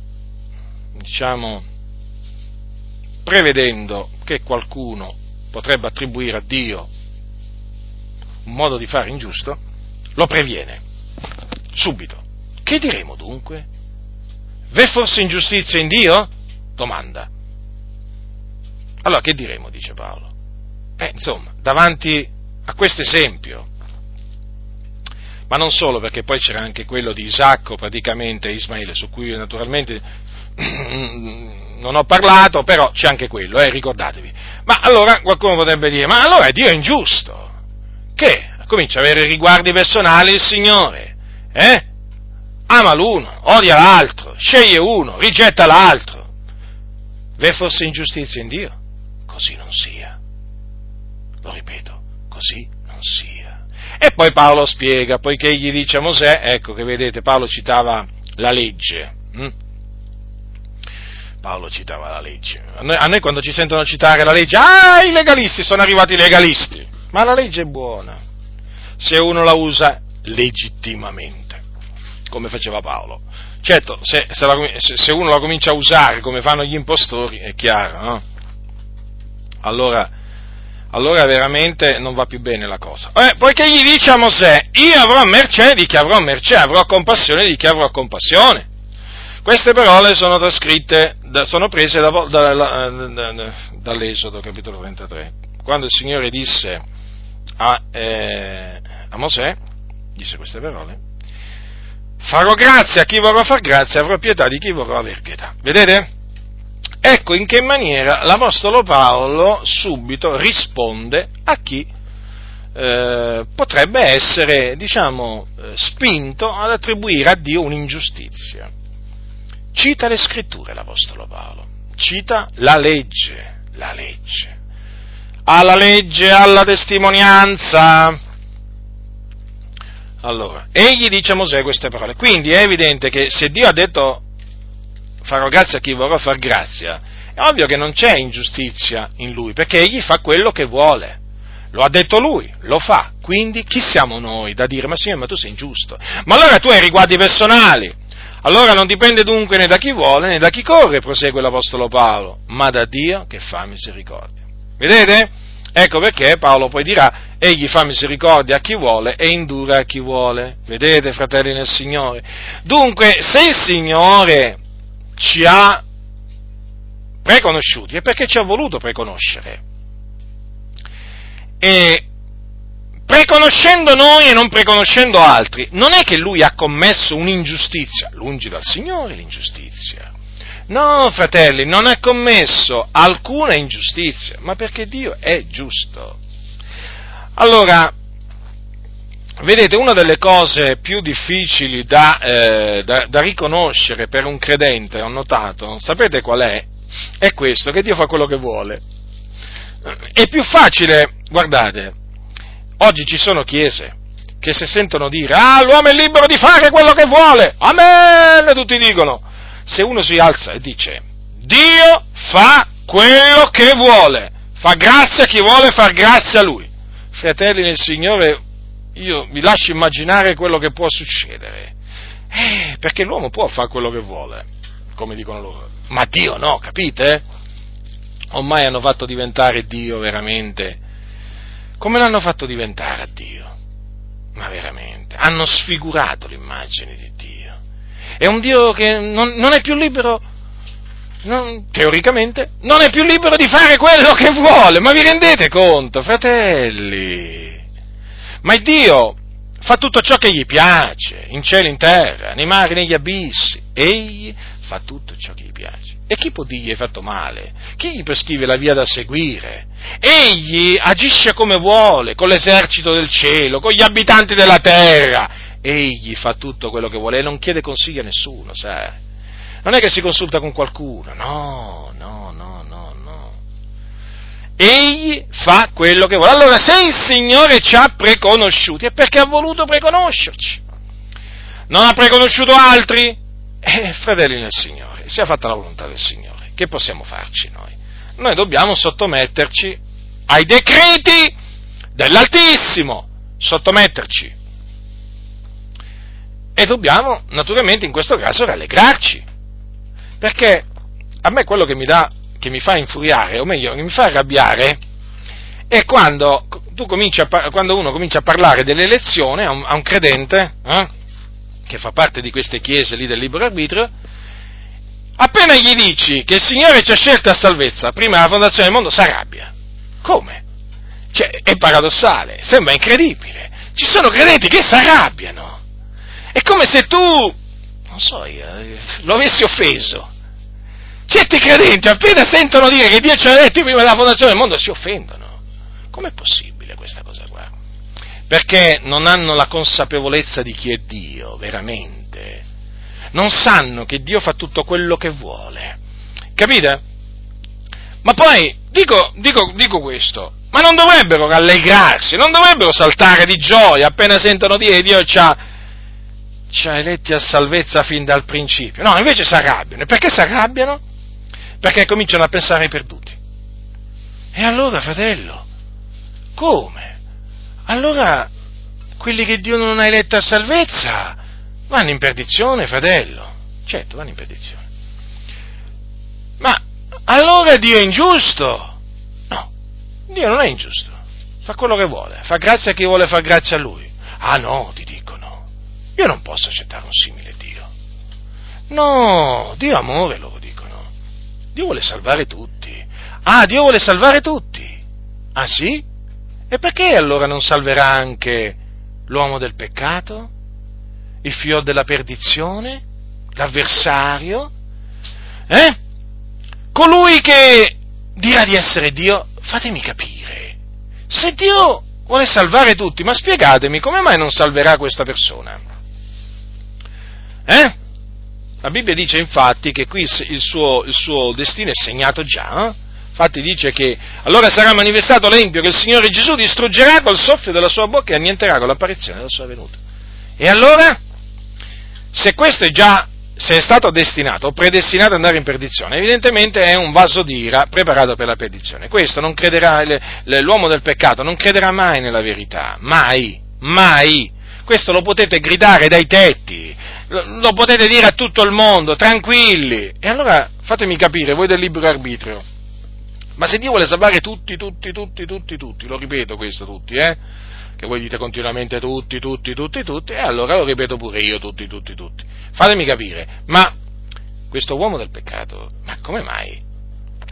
prevedendo che qualcuno potrebbe attribuire a Dio un modo di fare ingiusto, lo previene subito. Che diremo dunque? V'è forse ingiustizia in Dio? Domanda. Allora che diremo, dice Paolo? Davanti a questo esempio, ma non solo, perché poi c'era anche quello di Isacco, praticamente Ismaele, su cui naturalmente non ho parlato, però c'è anche quello, ricordatevi. Ma allora qualcuno potrebbe dire: ma allora Dio è ingiusto? Che? Comincia ad avere riguardi personali il Signore, ama l'uno, odia l'altro, sceglie uno, rigetta l'altro. V'è forse ingiustizia in Dio? Così non sia. Lo ripeto, così non sia. E poi Paolo spiega, poiché egli dice a Mosè, ecco che vedete, Paolo citava la legge. Paolo citava la legge. A noi quando ci sentono citare la legge: i legalisti, sono arrivati i legalisti. Ma la legge è buona, se uno la usa legittimamente, come faceva Paolo. Certo, se uno la comincia a usare come fanno gli impostori, è chiaro, no? Allora veramente non va più bene la cosa. Poiché gli dice a Mosè: io avrò mercé di chi avrò mercé, avrò compassione di chi avrò compassione. Queste parole sono trascritte, sono prese dall'Esodo, capitolo 33, quando il Signore disse a Mosè, disse queste parole: farò grazia a chi vorrò far grazia, avrò pietà di chi vorrò aver pietà. Vedete? Ecco in che maniera l'Apostolo Paolo subito risponde a chi potrebbe essere, spinto ad attribuire a Dio un'ingiustizia. Cita le scritture l'Apostolo Paolo, cita la legge. Alla legge, alla testimonianza. Allora, egli dice a Mosè queste parole. Quindi è evidente che se Dio ha detto: farò grazia a chi vorrà far grazia, è ovvio che non c'è ingiustizia in lui, perché egli fa quello che vuole. Lo ha detto lui, lo fa. Quindi chi siamo noi da dire: ma Signore, ma tu sei ingiusto? Ma allora tu hai riguardi personali. Allora non dipende dunque né da chi vuole né da chi corre, prosegue l'Apostolo Paolo, ma da Dio che fa misericordia. Vedete? Ecco perché Paolo poi dirà: egli fa misericordia a chi vuole e indura a chi vuole. Vedete, fratelli nel Signore? Dunque, se il Signore ci ha preconosciuti, è perché ci ha voluto preconoscere. E preconoscendo noi e non preconoscendo altri, non è che lui ha commesso un'ingiustizia, lungi dal Signore l'ingiustizia. No, fratelli, non ha commesso alcuna ingiustizia, ma perché Dio è giusto. Allora, vedete, una delle cose più difficili da riconoscere per un credente, ho notato, sapete qual è? È questo, che Dio fa quello che vuole. È più facile, guardate, oggi ci sono chiese che se sentono dire, l'uomo è libero di fare quello che vuole, amen, tutti dicono. Se uno si alza e dice, Dio fa quello che vuole, fa grazia a chi vuole far grazia a Lui. Fratelli nel Signore, io vi lascio immaginare quello che può succedere. Perché l'uomo può fare quello che vuole, come dicono loro, ma Dio no, capite? Ormai hanno fatto diventare Dio veramente, come l'hanno fatto diventare a Dio? Ma veramente, hanno sfigurato l'immagine di Dio. È un Dio che non è più libero, teoricamente, non è più libero di fare quello che vuole, ma vi rendete conto, fratelli? Ma il Dio fa tutto ciò che gli piace, in cielo, in terra, nei mari, negli abissi, egli fa tutto ciò che gli piace. E chi può dirgli hai fatto male? Chi gli prescrive la via da seguire? Egli agisce come vuole, con l'esercito del cielo, con gli abitanti della terra. Egli fa tutto quello che vuole e non chiede consigli a nessuno, sai? Non è che si consulta con qualcuno, no. Egli fa quello che vuole. Allora, se il Signore ci ha preconosciuti, è perché ha voluto preconoscerci. Non ha preconosciuto altri? Fratelli nel Signore, sia fatta la volontà del Signore. Che possiamo farci noi? Noi dobbiamo sottometterci ai decreti dell'Altissimo, sottometterci. E dobbiamo, naturalmente, in questo caso, rallegrarci. Perché a me quello che mi fa infuriare, o meglio, che mi fa arrabbiare, è quando uno comincia a parlare dell'elezione a un credente, che fa parte di queste chiese lì del libero arbitrio, appena gli dici che il Signore ci ha scelto a salvezza prima della fondazione del mondo, si arrabbia. Come? Cioè, è paradossale, sembra incredibile. Ci sono credenti che si arrabbiano. È come se tu, non so io, lo avessi offeso. Certi credenti appena sentono dire che Dio ci ha detto prima della fondazione del mondo si offendono. Com'è possibile questa cosa qua? Perché non hanno la consapevolezza di chi è Dio, veramente. Non sanno che Dio fa tutto quello che vuole. Capite? Ma poi, dico questo, ma non dovrebbero rallegrarsi, non dovrebbero saltare di gioia appena sentono dire che Dio ci ha eletti a salvezza fin dal principio. No, invece si arrabbiano. E perché si arrabbiano? Perché cominciano a pensare ai perduti. E allora, fratello, come? Allora, quelli che Dio non ha eletto a salvezza vanno in perdizione, fratello. Certo, vanno in perdizione. Ma allora Dio è ingiusto? No, Dio non è ingiusto. Fa quello che vuole, fa grazia a chi vuole far grazia a Lui. Ah no, ti dicono. Io non posso accettare un simile Dio. No, Dio è amore, loro dicono. Dio vuole salvare tutti. Ah, Dio vuole salvare tutti. Ah sì? E perché allora non salverà anche l'uomo del peccato? Il figlio della perdizione? L'avversario? Colui che dirà di essere Dio? Fatemi capire. Se Dio vuole salvare tutti, ma spiegatemi come mai non salverà questa persona? La Bibbia dice infatti che qui il suo destino è segnato già, Infatti dice che allora sarà manifestato l'empio che il Signore Gesù distruggerà col soffio della sua bocca e annienterà con l'apparizione della sua venuta. E allora, se questo se è stato destinato o predestinato ad andare in perdizione, evidentemente è un vaso d'ira preparato per la perdizione. Questo non crederà, l'uomo del peccato non crederà mai nella verità, mai. Questo lo potete gridare dai tetti, lo potete dire a tutto il mondo, tranquilli. E allora fatemi capire, voi del libero arbitrio, ma se Dio vuole salvare tutti, lo ripeto questo tutti, che voi dite continuamente tutti, e allora lo ripeto pure io, tutti. Fatemi capire, ma questo uomo del peccato, ma come mai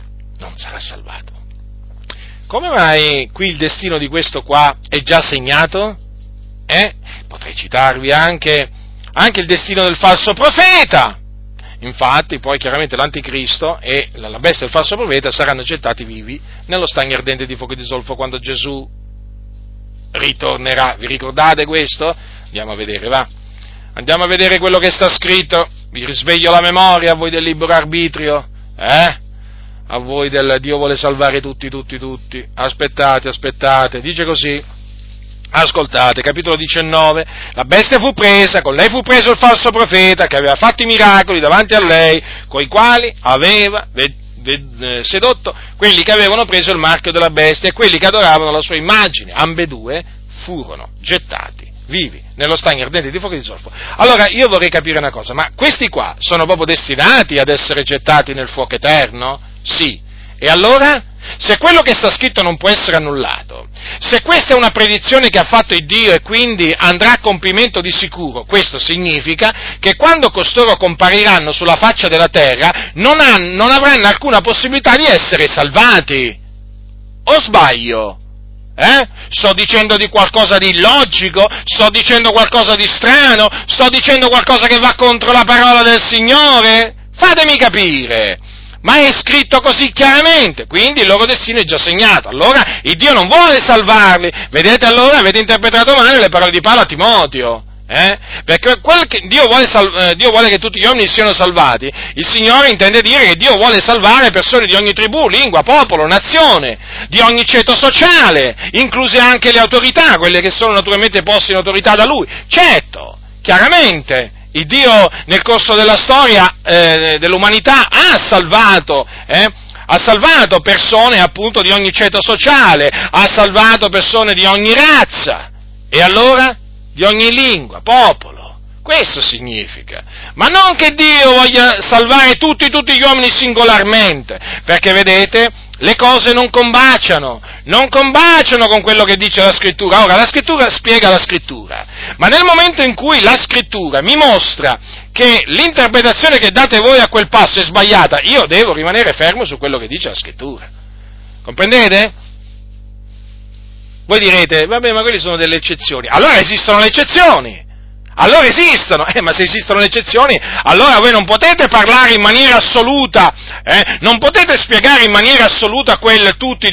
non sarà salvato. Come mai qui il destino di questo qua è già segnato? Potrei citarvi anche il destino del falso profeta. Infatti, poi chiaramente l'anticristo e la bestia del falso profeta saranno gettati vivi nello stagno ardente di fuoco e di zolfo quando Gesù ritornerà. Vi ricordate questo? Andiamo a vedere, va. Andiamo a vedere quello che sta scritto. Vi risveglio la memoria a voi del libero arbitrio, a voi del Dio vuole salvare tutti. Aspettate, dice così. Ascoltate, capitolo 19, la bestia fu presa, con lei fu preso il falso profeta che aveva fatto i miracoli davanti a lei, coi quali aveva sedotto quelli che avevano preso il marchio della bestia e quelli che adoravano la sua immagine. Ambedue furono gettati vivi nello stagno ardente di fuoco e di zolfo. Allora, io vorrei capire una cosa, ma questi qua sono proprio destinati ad essere gettati nel fuoco eterno? Sì. E allora? Se quello che sta scritto non può essere annullato, se questa è una predizione che ha fatto il Dio e quindi andrà a compimento di sicuro, questo significa che quando costoro compariranno sulla faccia della terra non avranno alcuna possibilità di essere salvati. O sbaglio? Sto dicendo di qualcosa di illogico? Sto dicendo qualcosa di strano? Sto dicendo qualcosa che va contro la parola del Signore? Fatemi capire! Ma è scritto così chiaramente, quindi il loro destino è già segnato. Allora il Dio non vuole salvarli. Vedete, allora avete interpretato male le parole di Paolo a Timoteo. Perché Dio vuole che tutti gli uomini siano salvati. Il Signore intende dire che Dio vuole salvare persone di ogni tribù, lingua, popolo, nazione, di ogni ceto sociale, incluse anche le autorità, quelle che sono naturalmente poste in autorità da Lui. Certo, chiaramente. Il Dio nel corso della storia dell'umanità ha salvato persone appunto di ogni ceto sociale, ha salvato persone di ogni razza, e allora di ogni lingua, popolo. Questo significa. Ma non che Dio voglia salvare tutti gli uomini singolarmente, perché vedete, le cose non combaciano con quello che dice la Scrittura. Ora, la Scrittura spiega la Scrittura, ma nel momento in cui la Scrittura mi mostra che l'interpretazione che date voi a quel passo è sbagliata, io devo rimanere fermo su quello che dice la Scrittura. Comprendete? Voi direte, vabbè, ma quelle sono delle eccezioni. Allora esistono le eccezioni. Ma se esistono le eccezioni, allora voi non potete parlare in maniera assoluta, non potete spiegare in maniera assoluta tutti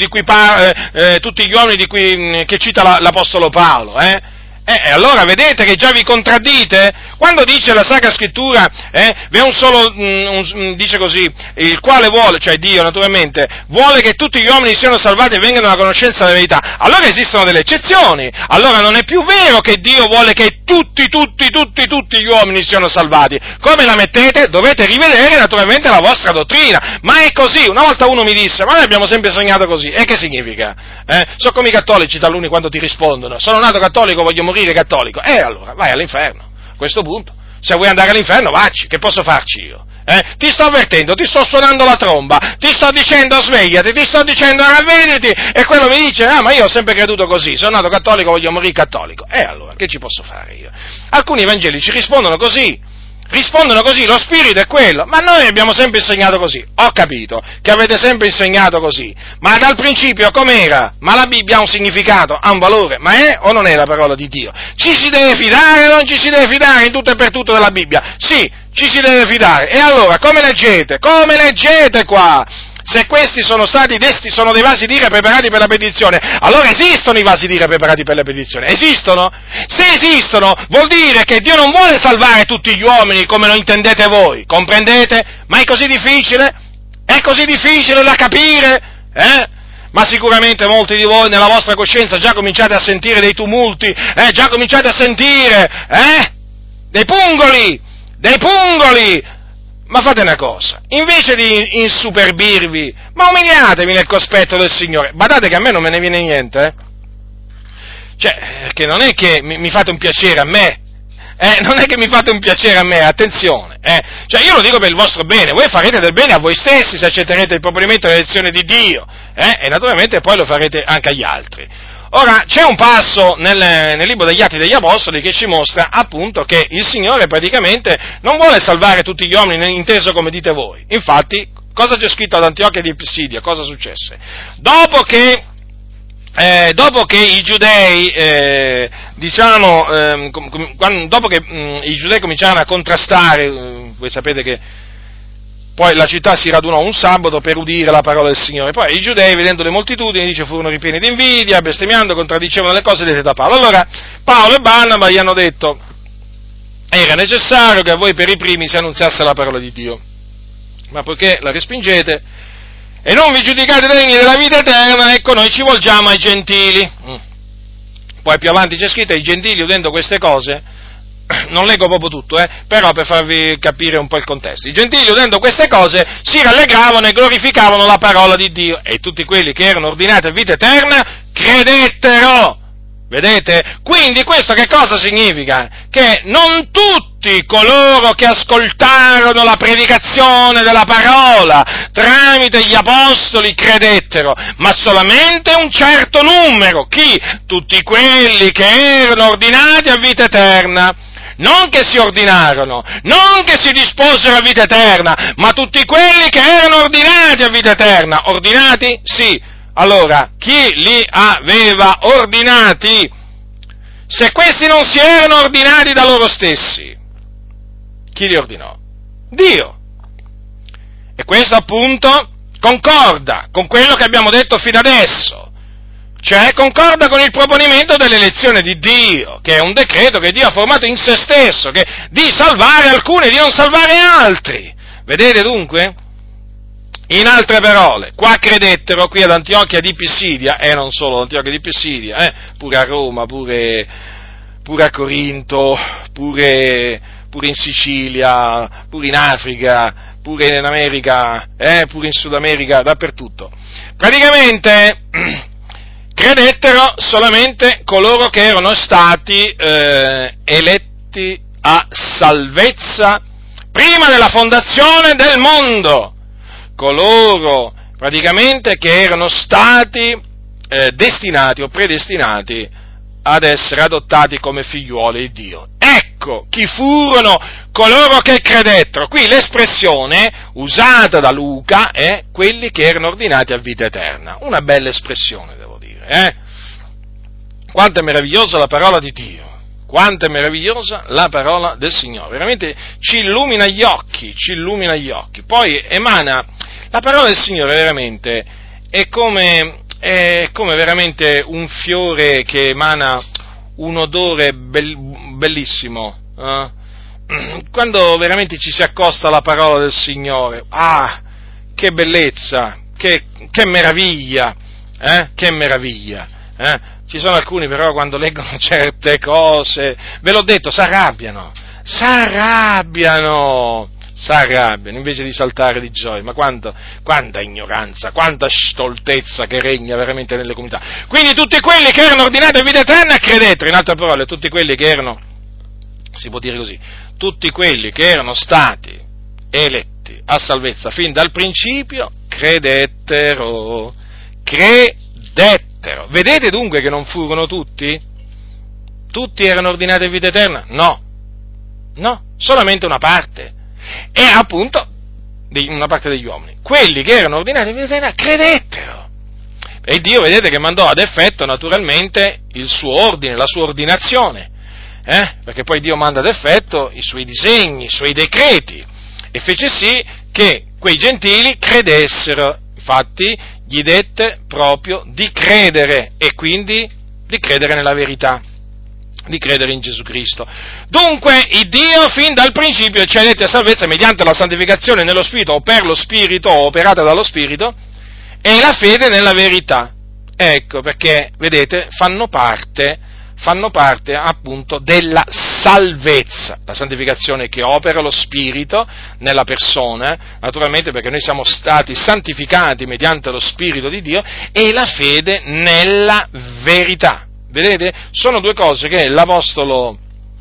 gli uomini che cita l'Apostolo Paolo, allora vedete che già vi contraddite? Quando dice la Sacra Scrittura, v'è un solo, dice così, il quale vuole, cioè Dio naturalmente, vuole che tutti gli uomini siano salvati e vengano alla conoscenza della verità, allora esistono delle eccezioni, allora non è più vero che Dio vuole che tutti gli uomini siano salvati. Come la mettete? Dovete rivedere naturalmente la vostra dottrina, ma è così. Una volta uno mi disse, ma noi abbiamo sempre sognato così, e che significa? Sono come i cattolici taluni quando ti rispondono, sono nato cattolico, voglio morire cattolico, allora vai all'inferno. A questo punto, se vuoi andare all'inferno, vacci, che posso farci io? Ti sto avvertendo, ti sto suonando la tromba, ti sto dicendo svegliati, ti sto dicendo ravvediti, e quello mi dice, ma io ho sempre creduto così, sono nato cattolico, voglio morire cattolico. Allora, che ci posso fare io? Alcuni evangelici rispondono così, lo spirito è quello, ma noi abbiamo sempre insegnato così. Ho capito che avete sempre insegnato così, ma dal principio com'era? Ma la Bibbia ha un significato, ha un valore, ma è o non è la parola di Dio? Ci si deve fidare o non ci si deve fidare in tutto e per tutto della Bibbia? Sì, ci si deve fidare. E allora, come leggete qua? Se questi sono dei vasi d'ira preparati per la perdizione, allora esistono i vasi d'ira preparati per la perdizione? Esistono? Se esistono, vuol dire che Dio non vuole salvare tutti gli uomini come lo intendete voi, comprendete? Ma è così difficile? È così difficile da capire? Ma sicuramente molti di voi nella vostra coscienza già cominciate a sentire dei tumulti, già cominciate a sentire, dei pungoli! Ma fate una cosa, invece di insuperbirvi, ma umiliatevi nel cospetto del Signore. Badate che a me non me ne viene niente, che non è che mi fate un piacere a me, non è che mi fate un piacere a me, attenzione, io lo dico per il vostro bene, voi farete del bene a voi stessi se accetterete il proponimento dell'elezione di Dio, e naturalmente poi lo farete anche agli altri. Ora, c'è un passo nel libro degli Atti degli Apostoli che ci mostra appunto che il Signore praticamente non vuole salvare tutti gli uomini, inteso come dite voi. Infatti, Cosa c'è scritto ad Antiochia di Pisidia? Cosa successe? Dopo che i giudei, dopo che i giudei cominciarono a contrastare, voi sapete che poi la città si radunò un sabato per udire la parola del Signore, poi i giudei, vedendo le moltitudini, furono ripieni di invidia, bestemmiando, contraddicevano le cose dette da Paolo. Allora Paolo e Barnaba gli hanno detto: era necessario che a voi per i primi si annunziasse la parola di Dio, ma poiché la respingete e non vi giudicate degni della vita eterna, ecco, noi ci volgiamo ai gentili. Poi più avanti c'è scritto: i gentili, udendo queste cose, non leggo proprio tutto, però per farvi capire un po' il contesto, i gentili, udendo queste cose, si rallegravano e glorificavano la parola di Dio, e tutti quelli che erano ordinati a vita eterna credettero. Vedete? Quindi questo che cosa significa? Che non tutti coloro che ascoltarono la predicazione della parola tramite gli apostoli credettero, ma solamente un certo numero. Chi? Tutti quelli che erano ordinati a vita eterna. Non che si ordinarono, non che si disposero a vita eterna, ma tutti quelli che erano ordinati a vita eterna. Ordinati? Sì. Allora, chi li aveva ordinati? Se questi non si erano ordinati da loro stessi, chi li ordinò? Dio. E questo appunto concorda con quello che abbiamo detto fino adesso, cioè concorda con il proponimento dell'elezione di Dio, che è un decreto che Dio ha formato in se stesso, che di salvare alcuni e di non salvare altri. Vedete dunque? In altre parole, qua credettero, qui ad Antiochia di Pisidia, e non solo ad Antiochia di Pisidia, pure a Roma, pure a Corinto, pure in Sicilia, pure in Africa, pure in America, pure in Sud America, dappertutto. Praticamente credettero solamente coloro che erano stati eletti a salvezza prima della fondazione del mondo. Coloro praticamente che erano stati destinati o predestinati ad essere adottati come figliuoli di Dio. Ecco chi furono coloro che credettero. Qui l'espressione usata da Luca è quelli che erano ordinati a vita eterna. Una bella espressione, devo dire. Quanto è meravigliosa la parola di Dio. Quanto è meravigliosa la parola del Signore, veramente ci illumina gli occhi. Poi emana, la parola del Signore veramente è come veramente un fiore che emana un odore bellissimo. Quando veramente ci si accosta alla parola del Signore, che bellezza, che meraviglia, che meraviglia. Ci sono alcuni però quando leggono certe cose, ve l'ho detto, s'arrabbiano, invece di saltare di gioia. Ma quanta ignoranza, quanta stoltezza che regna veramente nelle comunità. Quindi tutti quelli che erano ordinati a vita eterna credettero, in altre parole, tutti quelli che erano, si può dire così, tutti quelli che erano stati eletti a salvezza fin dal principio credettero. Vedete dunque che non furono tutti? Tutti erano ordinati a vita eterna? No, solamente una parte. E appunto una parte degli uomini. Quelli che erano ordinati a vita eterna credettero. E Dio, vedete, che mandò ad effetto naturalmente il suo ordine, la sua ordinazione, perché poi Dio manda ad effetto i suoi disegni, i suoi decreti, e fece sì che quei gentili credessero. Infatti gli dette proprio di credere, e quindi di credere nella verità, di credere in Gesù Cristo. Dunque, il Dio fin dal principio ci ha eletti a salvezza mediante la santificazione nello Spirito, o per lo Spirito, o operata dallo Spirito, e la fede nella verità. Ecco perché, vedete, fanno parte appunto della salvezza, la santificazione che opera lo Spirito nella persona, naturalmente perché noi siamo stati santificati mediante lo Spirito di Dio, e la fede nella verità. Vedete? Sono due cose che l'Apostolo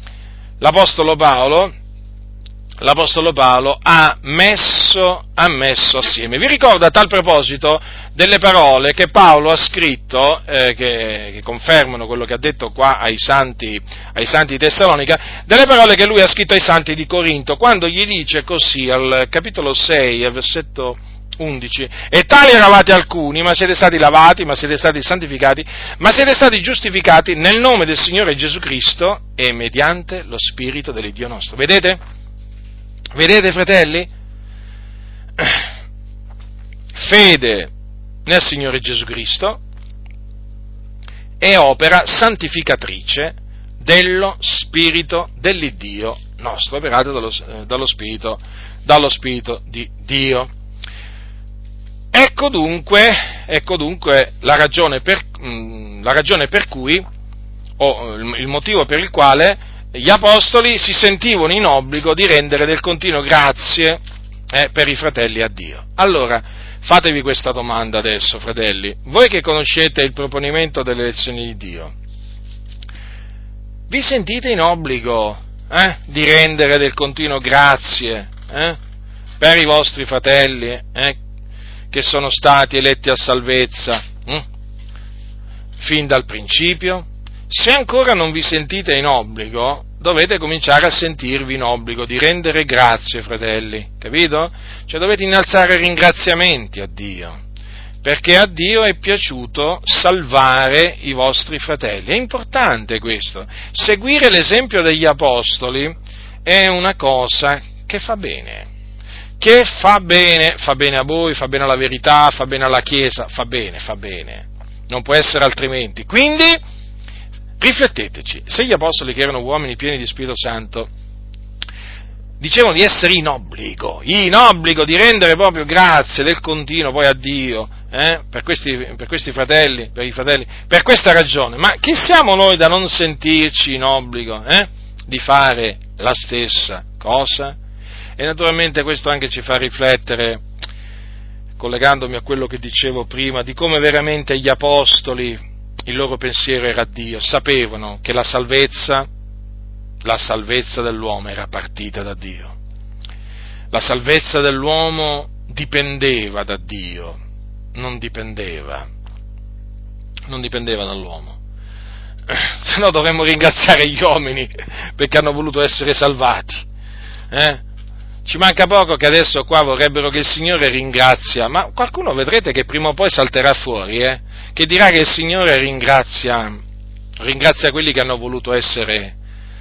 Paolo ha messo assieme. Vi ricordo a tal proposito delle parole che Paolo ha scritto, che confermano quello che ha detto qua ai santi di Tessalonica, delle parole che lui ha scritto ai santi di Corinto, quando gli dice così, al capitolo 6, al versetto 11. E tali eravate alcuni, ma siete stati lavati, ma siete stati santificati, ma siete stati giustificati nel nome del Signore Gesù Cristo e mediante lo Spirito dell'Iddio nostro. Vedete? Vedete, fratelli? Fede nel Signore Gesù Cristo è opera santificatrice dello Spirito dell'Iddio nostro, operato dallo Spirito di Dio. Ecco dunque la ragione per cui, o il motivo per il quale gli apostoli si sentivano in obbligo di rendere del continuo grazie per i fratelli a Dio. Allora, fatevi questa domanda adesso, fratelli. Voi che conoscete il proponimento delle elezioni di Dio, vi sentite in obbligo di rendere del continuo grazie per i vostri fratelli che sono stati eletti a salvezza fin dal principio? Se ancora non vi sentite in obbligo, dovete cominciare a sentirvi in obbligo di rendere grazie, fratelli, capito? Cioè dovete innalzare ringraziamenti a Dio, perché a Dio è piaciuto salvare i vostri fratelli. È importante questo. Seguire l'esempio degli apostoli è una cosa che fa bene a voi, fa bene alla verità, fa bene alla Chiesa, fa bene, non può essere altrimenti. Quindi, rifletteteci, se gli apostoli, che erano uomini pieni di Spirito Santo, dicevano di essere in obbligo di rendere proprio grazie del continuo poi a Dio, per questi fratelli, per i fratelli, per questa ragione, ma chi siamo noi da non sentirci in obbligo, di fare la stessa cosa? E naturalmente questo anche ci fa riflettere, collegandomi a quello che dicevo prima, di come veramente gli apostoli, il loro pensiero era a Dio, sapevano che la salvezza dell'uomo era partita da Dio. La salvezza dell'uomo dipendeva da Dio, non dipendeva dall'uomo. Se no dovremmo ringraziare gli uomini perché hanno voluto essere salvati. Ci manca poco che adesso qua vorrebbero che il Signore ringrazia, ma qualcuno vedrete che prima o poi salterà fuori, che dirà che il Signore ringrazia quelli che hanno voluto essere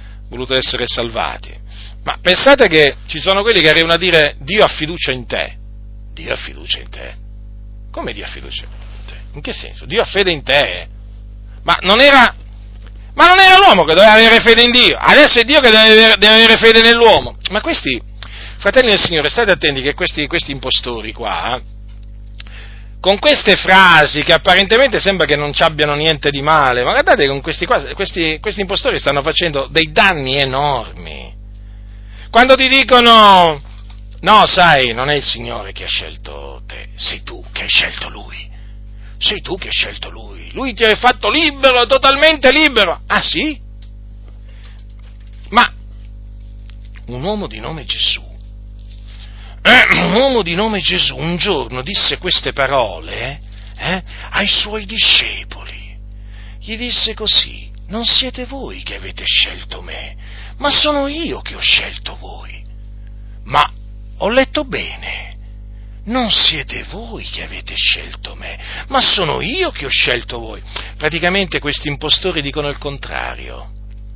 salvati. Ma pensate che ci sono quelli che arrivano a dire: Dio ha fiducia in te. Dio ha fiducia in te? Come Dio ha fiducia in te? In che senso? Dio ha fede in te? Ma non era l'uomo che doveva avere fede in Dio, adesso è Dio che deve avere fede nell'uomo. Ma questi, fratelli del Signore, state attenti che questi impostori qua, con queste frasi che apparentemente sembra che non ci abbiano niente di male, ma guardate che con questi impostori stanno facendo dei danni enormi. Quando ti dicono: no, sai, non è il Signore che ha scelto te, sei tu che hai scelto Lui. Sei tu che hai scelto Lui. Lui ti ha fatto libero, totalmente libero. Ah sì? Ma un uomo di nome Gesù un giorno disse queste parole ai suoi discepoli. Gli disse così: non siete voi che avete scelto me, ma sono io che ho scelto voi. Ma ho letto bene, non siete voi che avete scelto me, ma sono io che ho scelto voi. Praticamente questi impostori dicono il contrario.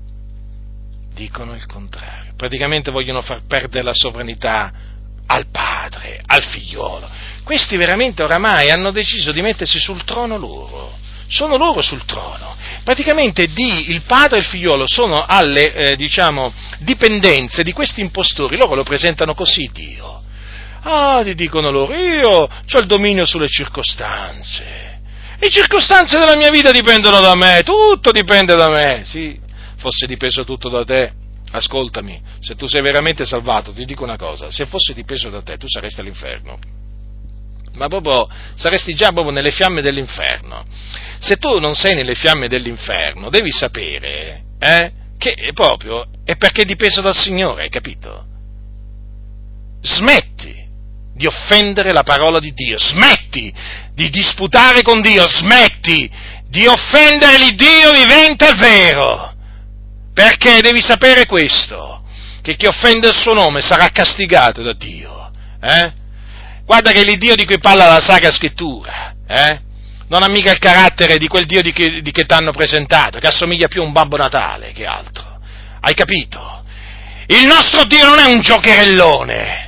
Praticamente vogliono far perdere la sovranità al Padre, al Figliolo. Questi veramente oramai hanno deciso di mettersi sul trono loro. Sono loro sul trono. Praticamente il Padre e il Figliolo sono alle, dipendenze di questi impostori. Loro lo presentano così Dio. Ti dicono loro: io ho il dominio sulle circostanze. Le circostanze della mia vita dipendono da me, tutto dipende da me. Sì, fosse dipeso tutto da te, ascoltami, se tu sei veramente salvato, ti dico una cosa: se fosse dipeso da te, tu saresti all'inferno. Ma proprio, saresti già proprio nelle fiamme dell'inferno. Se tu non sei nelle fiamme dell'inferno, devi sapere, che proprio è perché è dipeso dal Signore, hai capito? Smetti di offendere la parola di Dio, smetti di disputare con Dio, smetti di offendere l'Iddio vivente e vero, perché devi sapere questo, che chi offende il suo nome sarà castigato da Dio, Guarda che l'Iddio di cui parla la Sacra Scrittura, non ha mica il carattere di quel Dio di che t'hanno presentato, che assomiglia più a un Babbo Natale che altro. Hai capito? Il nostro Dio non è un giocherellone,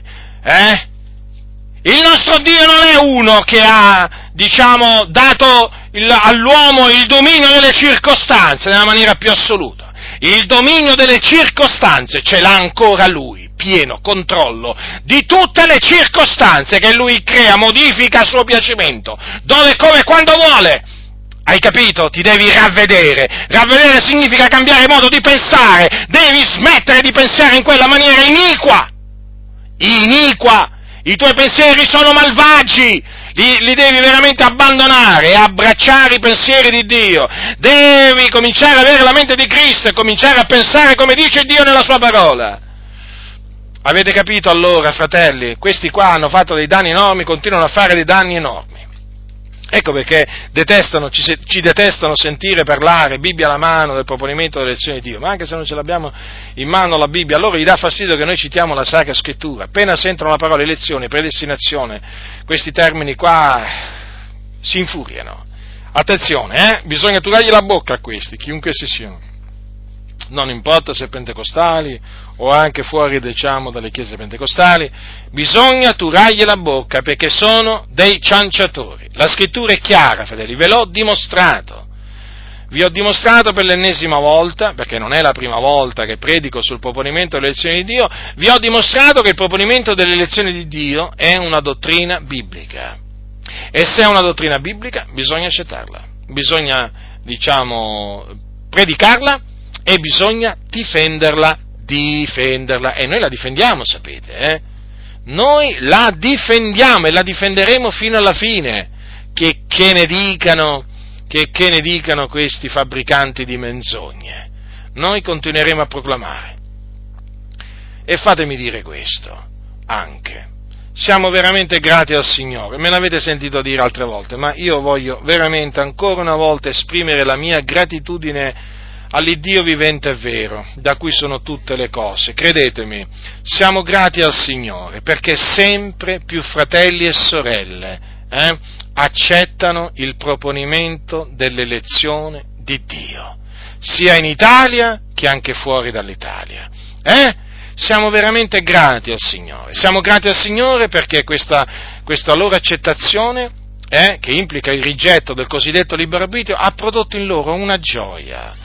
Il nostro Dio non è uno che ha, dato all'uomo il dominio delle circostanze nella maniera più assoluta. Il dominio delle circostanze ce l'ha ancora Lui, pieno controllo di tutte le circostanze che Lui crea, modifica a suo piacimento, dove, come, quando vuole. Hai capito? Ti devi ravvedere. Ravvedere significa cambiare modo di pensare. Devi smettere di pensare in quella maniera iniqua. I tuoi pensieri sono malvagi. Li devi veramente abbandonare e abbracciare i pensieri di Dio. Devi cominciare ad avere la mente di Cristo e cominciare a pensare come dice Dio nella sua parola. Avete capito allora, fratelli? Questi qua hanno fatto dei danni enormi, continuano a fare dei danni enormi. Ecco perché ci detestano sentire parlare, Bibbia alla mano, del proponimento delle lezioni di Dio, ma anche se non ce l'abbiamo in mano la Bibbia, a loro gli dà fastidio che noi citiamo la Sacra Scrittura. Appena sentono la parola elezione, predestinazione, questi termini qua si infuriano. Attenzione, bisogna turargli la bocca a questi, chiunque essi siano. Non importa se pentecostali o anche fuori, dalle chiese pentecostali, bisogna turargli la bocca perché sono dei cianciatori. La scrittura è chiara, fratelli, ve l'ho dimostrato. Vi ho dimostrato per l'ennesima volta, perché non è la prima volta che predico sul proponimento delle elezioni di Dio, vi ho dimostrato che il proponimento delle elezioni di Dio è una dottrina biblica. E se è una dottrina biblica, bisogna accettarla, bisogna, predicarla, e bisogna difenderla, e noi la difendiamo, sapete, Noi la difendiamo e la difenderemo fino alla fine, che ne dicano questi fabbricanti di menzogne. Noi continueremo a proclamare. E fatemi dire questo, anche, siamo veramente grati al Signore, me l'avete sentito dire altre volte, ma io voglio veramente ancora una volta esprimere la mia gratitudine all'Iddio vivente e vero, da cui sono tutte le cose. Credetemi, siamo grati al Signore, perché sempre più fratelli e sorelle accettano il proponimento dell'elezione di Dio, sia in Italia che anche fuori dall'Italia. Siamo veramente grati al Signore perché questa loro accettazione, che implica il rigetto del cosiddetto libero arbitrio, ha prodotto in loro una gioia,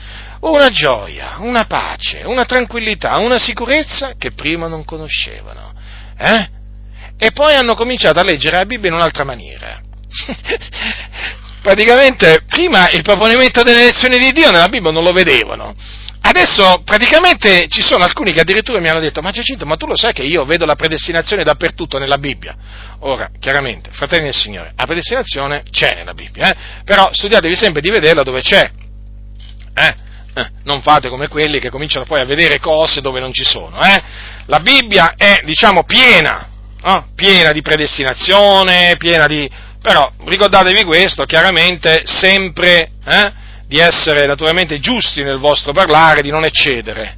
una pace, una tranquillità, una sicurezza che prima non conoscevano. E poi hanno cominciato a leggere la Bibbia in un'altra maniera. Praticamente, prima il proponimento delle elezioni di Dio nella Bibbia non lo vedevano. Adesso, praticamente, ci sono alcuni che addirittura mi hanno detto: ma Giacinto, ma tu lo sai che io vedo la predestinazione dappertutto nella Bibbia? Ora, chiaramente, fratelli del Signore, la predestinazione c'è nella Bibbia, però studiatevi sempre di vederla dove c'è. Non fate come quelli che cominciano poi a vedere cose dove non ci sono. La Bibbia è, piena di predestinazione, però ricordatevi questo, chiaramente, sempre, di essere naturalmente giusti nel vostro parlare, di non eccedere.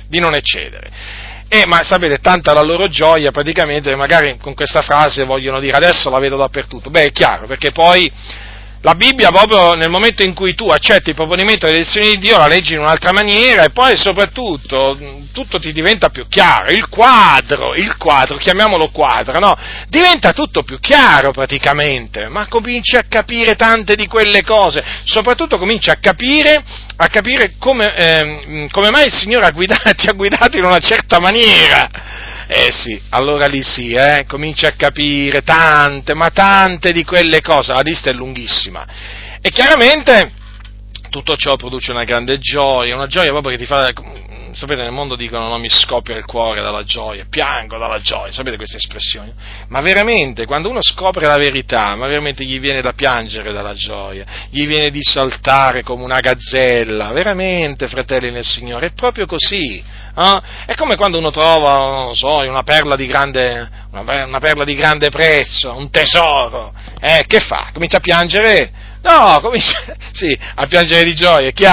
Ma sapete, tanta la loro gioia, praticamente, magari con questa frase vogliono dire: adesso la vedo dappertutto. Beh, è chiaro, perché poi la Bibbia, proprio nel momento in cui tu accetti il proponimento delle elezioni di Dio, la leggi in un'altra maniera e poi soprattutto tutto ti diventa più chiaro. Il quadro, chiamiamolo quadro, no? Diventa tutto più chiaro praticamente, ma cominci a capire tante di quelle cose, soprattutto cominci a capire come mai il Signore ti ha guidato in una certa maniera. Sì, allora lì sì, cominci a capire tante di quelle cose, la lista è lunghissima. E chiaramente tutto ciò produce una grande gioia, una gioia proprio che ti fa, sapete, nel mondo dicono: non mi scoppia il cuore dalla gioia, piango dalla gioia, sapete queste espressioni? Ma veramente, quando uno scopre la verità, ma veramente gli viene da piangere dalla gioia, gli viene di saltare come una gazzella, veramente, fratelli nel Signore, è proprio così. È come quando uno trova, non so, una perla di grande prezzo, un tesoro, che fa? Comincia a piangere? No, comincia, sì, a piangere di gioia, è chiaro,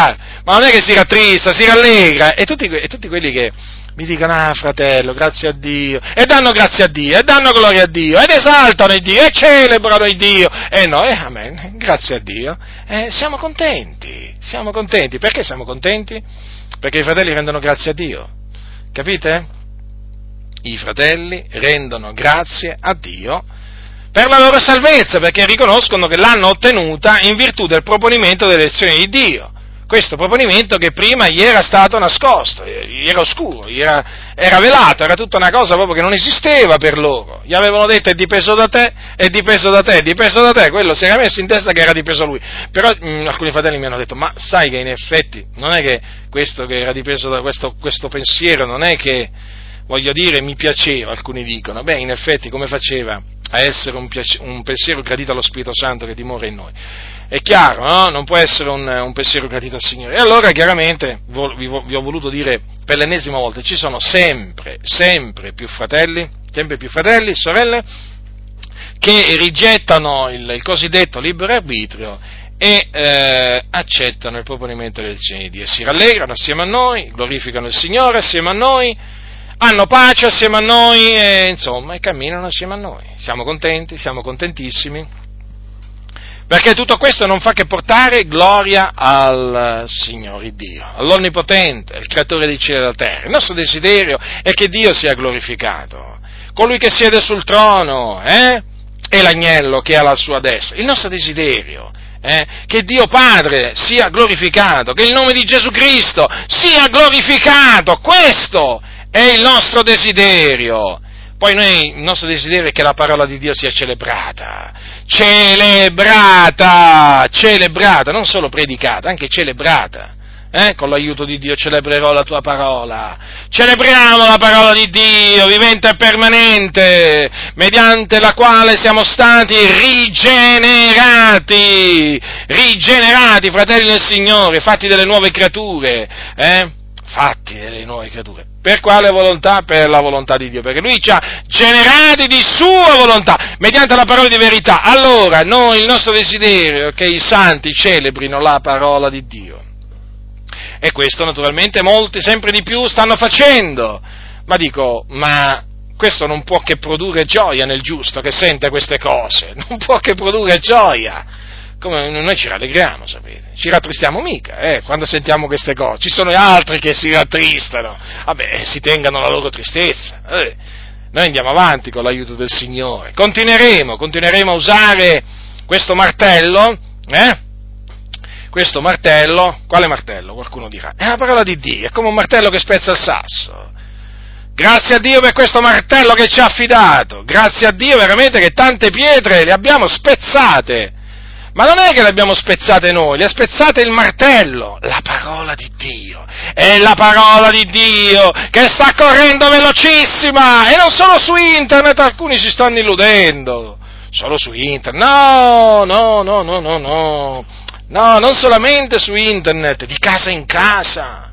ma non è che si rattrista, si rallegra, e tutti quelli che mi dicono, fratello, grazie a Dio, e danno grazie a Dio, e danno gloria a Dio, ed esaltano il Dio, e celebrano il Dio, e noi, amen, grazie a Dio, siamo contenti, perché siamo contenti? Perché i fratelli rendono grazie a Dio, capite? I fratelli rendono grazie a Dio per la loro salvezza, perché riconoscono che l'hanno ottenuta in virtù del proponimento dell'elezione di Dio. Questo proponimento che prima gli era stato nascosto, gli era oscuro, era velato, era tutta una cosa proprio che non esisteva per loro. Gli avevano detto è dipeso da te, è dipeso da te, è dipeso da te, quello si era messo in testa che era dipeso lui. Però alcuni fratelli mi hanno detto, ma sai che in effetti non è che questo che era dipeso da questo pensiero, non è che, voglio dire, mi piaceva, alcuni dicono, in effetti come faceva a essere un pensiero gradito allo Spirito Santo che dimora in noi? È chiaro, no? Non può essere un pensiero gradito al Signore. E allora chiaramente vi ho voluto dire per l'ennesima volta, ci sono sempre più fratelli, sorelle, che rigettano il cosiddetto libero arbitrio e accettano il proponimento delle elezioni di Dio. Si rallegrano assieme a noi, glorificano il Signore assieme a noi, hanno pace assieme a noi e camminano assieme a noi. Siamo contenti, siamo contentissimi, perché tutto questo non fa che portare gloria al Signore Dio, all'Onnipotente, il Creatore dei cieli e della terra. Il nostro desiderio è che Dio sia glorificato, colui che siede sul trono, e l'agnello che è alla sua destra. Il nostro desiderio che Dio Padre sia glorificato, che il nome di Gesù Cristo sia glorificato. Questo è il nostro desiderio. Poi il nostro desiderio è che la parola di Dio sia celebrata, non solo predicata, anche celebrata. Con l'aiuto di Dio celebrerò la tua parola. Celebriamo la parola di Dio, vivente e permanente, mediante la quale siamo stati rigenerati, fratelli del Signore, fatti delle nuove creature, fatti delle nuove creature. Per quale volontà? Per la volontà di Dio, perché Lui ci ha generati di Sua volontà, mediante la parola di verità. Allora, il nostro desiderio è che i santi celebrino la parola di Dio. E questo naturalmente molti sempre di più stanno facendo. Ma questo non può che produrre gioia nel giusto che sente queste cose, non può che produrre gioia. Come noi ci rallegriamo, sapete, ci rattristiamo mica, quando sentiamo queste cose. Ci sono altri che si rattristano, si tengano la loro tristezza. Noi andiamo avanti con l'aiuto del Signore, continueremo a usare questo martello, quale martello? Qualcuno dirà, è la parola di Dio, è come un martello che spezza il sasso. Grazie a Dio per questo martello che ci ha affidato, grazie a Dio veramente che tante pietre le abbiamo spezzate. Ma non è che le abbiamo spezzate noi, le ha spezzate il martello, la parola di Dio. È la parola di Dio che sta correndo velocissima, e non solo su internet, alcuni si stanno illudendo. Solo su internet, no, non solamente su internet, di casa in casa,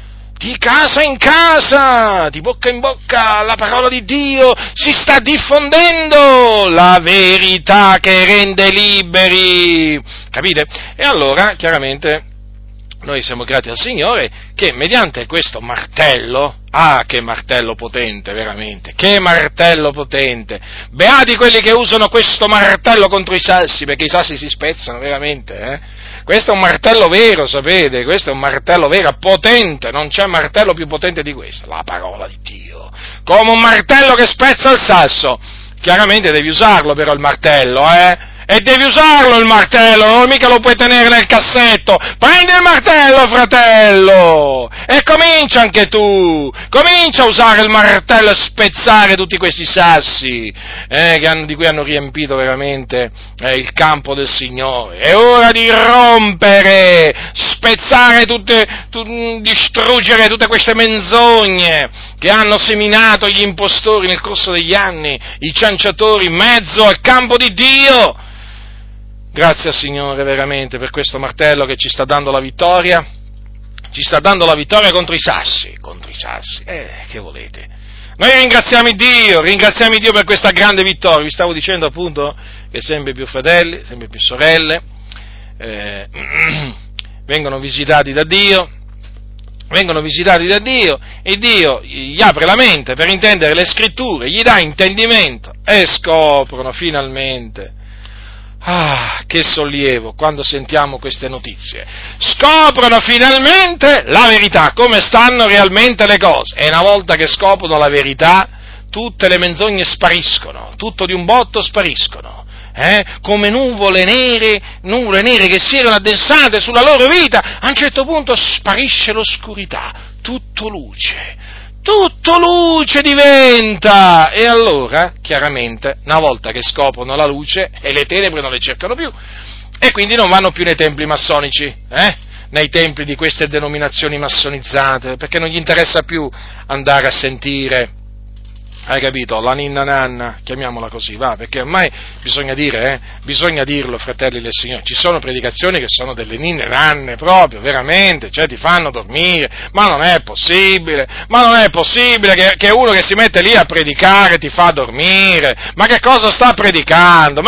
di bocca in bocca, la parola di Dio si sta diffondendo, la verità che rende liberi, capite? E allora, chiaramente, noi siamo grati al Signore che mediante questo martello, che martello potente, veramente, che martello potente, beati quelli che usano questo martello contro i sassi, perché i sassi si spezzano, veramente, Questo è un martello vero, sapete, questo è un martello vero, potente, non c'è martello più potente di questo, la parola di Dio, come un martello che spezza il sasso. Chiaramente devi usarlo però il martello, E devi usarlo il martello, non mica lo puoi tenere nel cassetto. Prendi il martello, fratello, e comincia anche tu, comincia a usare il martello e spezzare tutti questi sassi, di cui hanno riempito veramente il campo del Signore. È ora di rompere, spezzare distruggere tutte queste menzogne che hanno seminato gli impostori nel corso degli anni, i cianciatori in mezzo al campo di Dio. Grazie al Signore veramente per questo martello che ci sta dando la vittoria contro i sassi, che volete? Noi ringraziamo Dio per questa grande vittoria. Vi stavo dicendo appunto che sempre più fratelli, sempre più sorelle, vengono visitati da Dio, e Dio gli apre la mente per intendere le Scritture, gli dà intendimento e scoprono finalmente. Ah, che sollievo quando sentiamo queste notizie. Scoprono finalmente la verità, come stanno realmente le cose. E una volta che scoprono la verità, tutte le menzogne spariscono, tutto di un botto spariscono. Come nuvole nere che si erano addensate sulla loro vita, a un certo punto sparisce l'oscurità, tutto luce diventa, e allora, chiaramente, una volta che scoprono la luce, e le tenebre non le cercano più, e quindi non vanno più nei templi massonici, nei templi di queste denominazioni massonizzate, perché non gli interessa più andare a sentire, hai capito, la ninna nanna, chiamiamola così, va, perché ormai bisogna dirlo, fratelli del Signore, ci sono predicazioni che sono delle ninne nanne proprio, veramente, cioè ti fanno dormire, ma non è possibile che uno che si mette lì a predicare ti fa dormire, ma che cosa sta predicando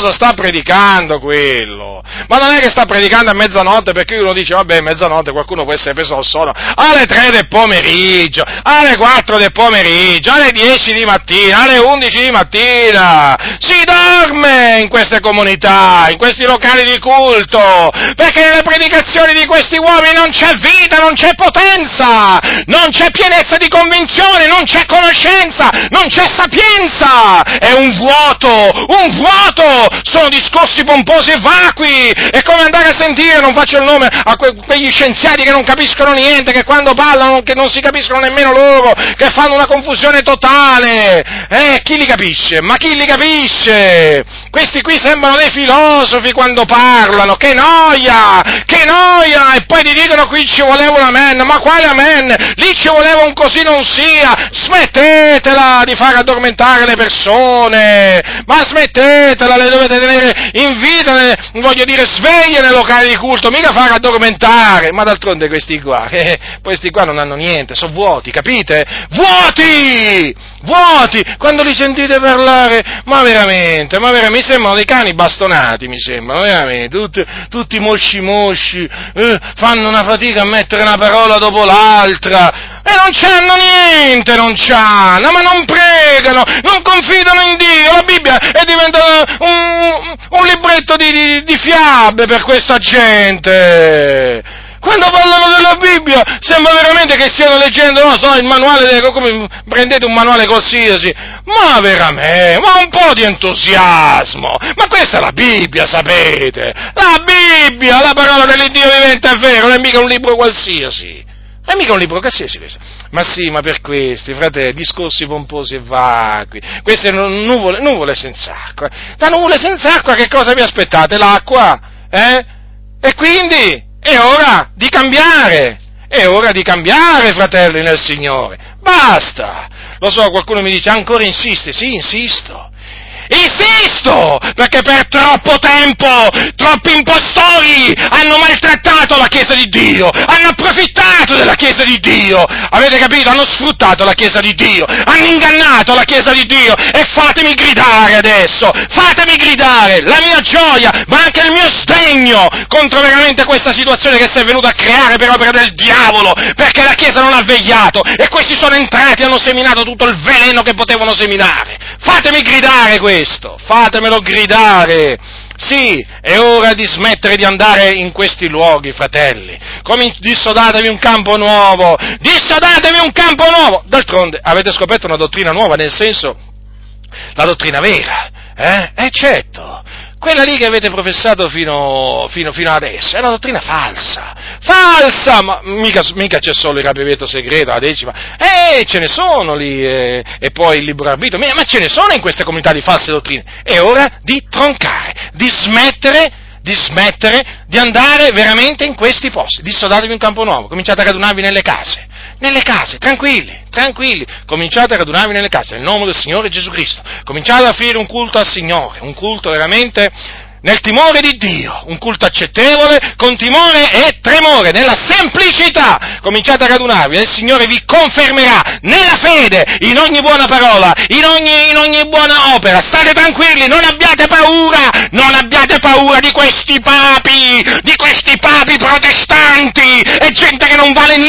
quello? Ma non è che sta predicando a mezzanotte, perché uno dice, vabbè, mezzanotte qualcuno può essere preso al sonno, alle 3 del pomeriggio, alle 4 del pomeriggio, alle 10 di mattina, alle 11 di mattina, si dorme in queste comunità, in questi locali di culto, perché nelle predicazioni di questi uomini non c'è vita, non c'è potenza, non c'è pienezza di convinzione, non c'è conoscenza, non c'è sapienza, è un vuoto, sono discorsi pomposi e vacui, è come andare a sentire, non faccio il nome, a quegli scienziati che non capiscono niente, che quando parlano che non si capiscono nemmeno loro, che fanno una confusione totale. Chi li capisce? Ma chi li capisce? Questi qui sembrano dei filosofi quando parlano, che noia, e poi ti dicono qui ci voleva un amen, ma quale amen? Lì ci voleva un così non sia, smettetela di far addormentare le persone, ma smettetela, le dovete tenere in vita, sveglie nei locali di culto, mica far addormentare, ma d'altronde questi qua non hanno niente, sono vuoti, capite? Vuoti, quando li sentite parlare, ma veramente, mi sembrano dei cani bastonati, mi sembrano, veramente, tutti mosci, fanno una fatica a mettere una parola dopo l'altra, e non c'hanno niente, ma non pregano, non confidano in Dio, la Bibbia è diventata un libretto di fiabe per questa gente. Quando parlano della Bibbia sembra veramente che stiano leggendo, non so, il manuale, come prendete un manuale qualsiasi, ma veramente, ma un po' di entusiasmo, ma questa è la Bibbia, sapete, la Bibbia, la parola dell'Iddio vivente è vero, non è mica un libro qualsiasi. È mica un libro qualsiasi questo. Ma sì, ma per questi, fratelli, discorsi pomposi e vacui, queste nuvole senza acqua. Da nuvole senza acqua che cosa vi aspettate? L'acqua? E quindi è ora di cambiare, fratelli nel Signore. Basta! Lo so, qualcuno mi dice, ancora insisti? Sì, insisto, perché per troppo tempo troppi impostori hanno maltrattato la Chiesa di Dio, hanno approfittato della Chiesa di Dio, avete capito? Hanno sfruttato la Chiesa di Dio, hanno ingannato la Chiesa di Dio, e fatemi gridare adesso, la mia gioia, ma anche il mio sdegno contro veramente questa situazione che si è venuta a creare per opera del diavolo, perché la Chiesa non ha vegliato, e questi sono entrati e hanno seminato tutto il veleno che potevano seminare. Fatemi gridare questo, fatemelo gridare. Sì, è ora di smettere di andare in questi luoghi, fratelli. Dissodatevi un campo nuovo. D'altronde avete scoperto una dottrina nuova, nel senso, la dottrina vera, certo. Quella lì che avete professato fino adesso è una dottrina falsa, ma mica c'è solo il rapimento segreto, la decima, ce ne sono lì, e poi il libero arbitrio, ma ce ne sono in queste comunità di false dottrine. È ora di troncare, di smettere di andare veramente in questi posti. Dissodatevi un campo nuovo, cominciate a radunarvi nelle case, tranquilli, cominciate a radunarvi nelle case, nel nome del Signore Gesù Cristo, cominciate a offrire un culto al Signore, un culto veramente nel timore di Dio, un culto accettevole, con timore e tremore, nella semplicità. Cominciate a radunarvi e il Signore vi confermerà nella fede, in ogni buona parola, in ogni buona opera. State tranquilli, non abbiate paura di questi papi protestanti, è gente che non vale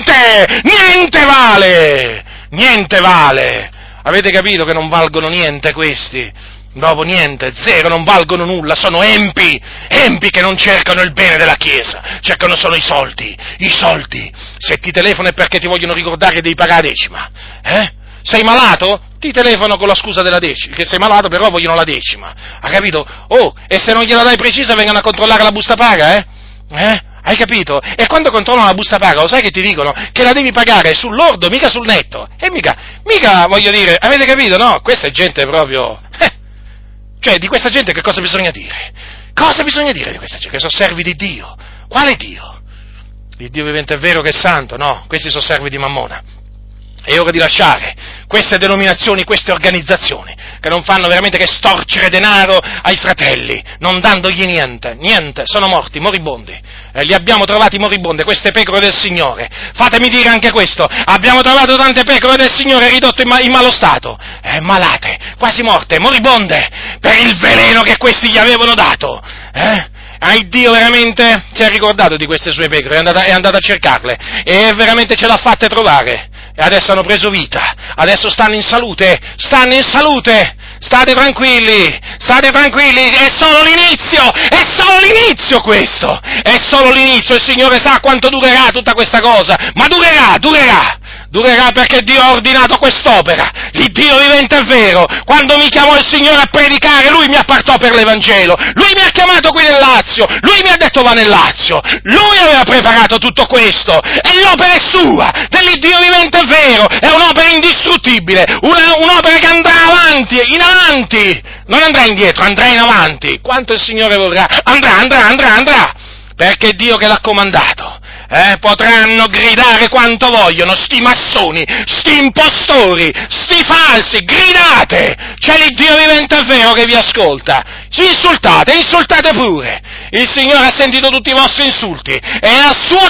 niente vale. Avete capito che non valgono niente questi? Dopo niente, zero, non valgono nulla, sono empi che non cercano il bene della Chiesa, cercano solo i soldi. Se ti telefono è perché ti vogliono ricordare che devi pagare la decima, Sei malato? Ti telefono con la scusa della decima, che sei malato però vogliono la decima, hai capito? Oh, e se non gliela dai precisa vengono a controllare la busta paga, Hai capito? E quando controllano la busta paga, lo sai che ti dicono? Che la devi pagare sul lordo, mica sul netto. E mica, voglio dire, avete capito, no? Questa è gente proprio... Cioè, di questa gente che cosa bisogna dire? Cosa bisogna dire di questa gente? Che sono servi di Dio. Quale Dio? Il Dio vivente è vero che è santo? No, questi sono servi di Mammona. È ora di lasciare queste denominazioni, queste organizzazioni, che non fanno veramente che storcere denaro ai fratelli, non dandogli niente, sono morti, moribondi, li abbiamo trovati moribondi, queste pecore del Signore, fatemi dire anche questo, abbiamo trovato tante pecore del Signore ridotte in malo stato, malate, quasi morte, moribonde, per il veleno che questi gli avevano dato, Dio veramente si è ricordato di queste sue pecore, è andato a cercarle, e veramente ce l'ha fatte trovare, e adesso hanno preso vita, adesso stanno in salute, state tranquilli, è solo l'inizio questo, è solo l'inizio, il Signore sa quanto durerà tutta questa cosa, ma durerà perché Dio ha ordinato quest'opera, l'Iddio vivente è vero, quando mi chiamò il Signore a predicare, Lui mi appartò per l'Evangelo, Lui mi ha chiamato qui nel Lazio, Lui mi ha detto va nel Lazio, Lui aveva preparato tutto questo, e l'opera è sua, dell'Iddio vivente è vero, è un'opera indistruttibile, un'opera che andrà avanti, in avanti, non andrà indietro, andrà in avanti, quanto il Signore vorrà, andrà, perché è Dio che l'ha comandato. Potranno gridare quanto vogliono, sti massoni, sti impostori, sti falsi, gridate! C'è l'Iddio vivente è vero che vi ascolta. Insultate pure! Il Signore ha sentito tutti i vostri insulti e a suo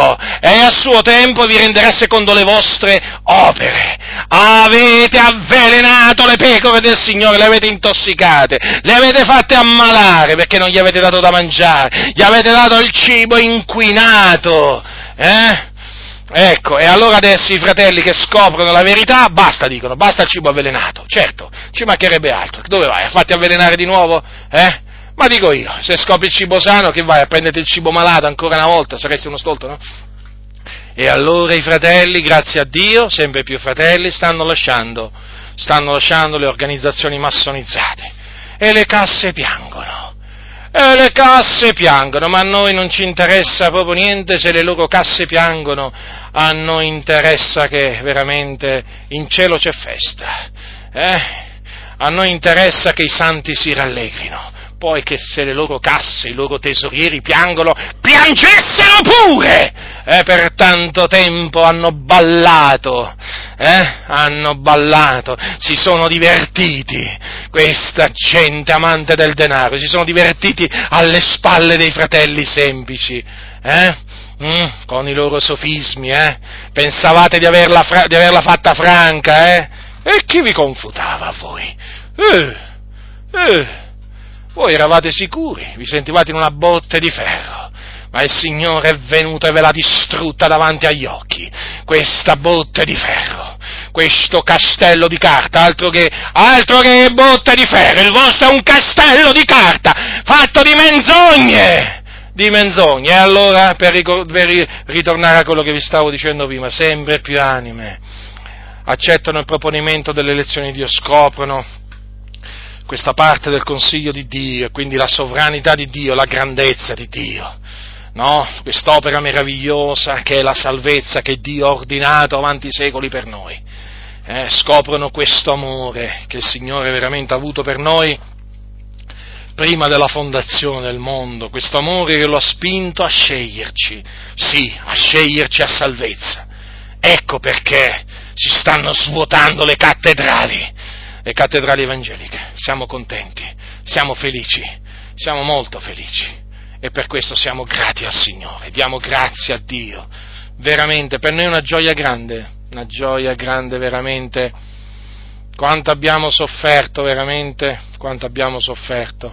tempo vi renderà secondo le vostre opere. Avete avvelenato le pecore del Signore, le avete intossicate, le avete fatte ammalare perché non gli avete dato da mangiare, gli avete dato il cibo inquinato, Ecco, e allora adesso i fratelli che scoprono la verità, basta il cibo avvelenato, certo, ci mancherebbe altro, dove vai, a farti avvelenare di nuovo, Ma dico io, se scopri il cibo sano, che vai a prenderti il cibo malato ancora una volta, saresti uno stolto, no? E allora i fratelli, grazie a Dio, sempre più fratelli, stanno lasciando le organizzazioni massonizzate, e le casse piangono, ma a noi non ci interessa proprio niente se le loro casse piangono, a noi interessa che veramente in cielo c'è festa, a noi interessa che i santi si rallegrino, poi che se le loro casse, i loro tesorieri piangessero pure, per tanto tempo hanno ballato, si sono divertiti, questa gente amante del denaro, si sono divertiti alle spalle dei fratelli semplici, con i loro sofismi, pensavate di averla fatta franca, E chi vi confutava a voi? Voi eravate sicuri, vi sentivate in una botte di ferro, ma il Signore è venuto e ve l'ha distrutta davanti agli occhi, questa botte di ferro, questo castello di carta, altro che botte di ferro, il vostro è un castello di carta, fatto di menzogne, e allora, per ritornare a quello che vi stavo dicendo prima, sempre più anime accettano il proponimento delle elezioni di Dio, scoprono questa parte del consiglio di Dio, e quindi la sovranità di Dio, la grandezza di Dio, no? Quest'opera meravigliosa che è la salvezza che Dio ha ordinato avanti i secoli per noi. Scoprono questo amore che il Signore veramente ha avuto per noi prima della fondazione del mondo, questo amore che lo ha spinto a sceglierci, a sceglierci a salvezza. Ecco perché si stanno svuotando le cattedrali evangeliche. Siamo contenti, siamo felici, siamo molto felici e per questo siamo grati al Signore, diamo grazie a Dio, veramente, per noi è una gioia grande veramente, quanto abbiamo sofferto veramente, quanto abbiamo sofferto,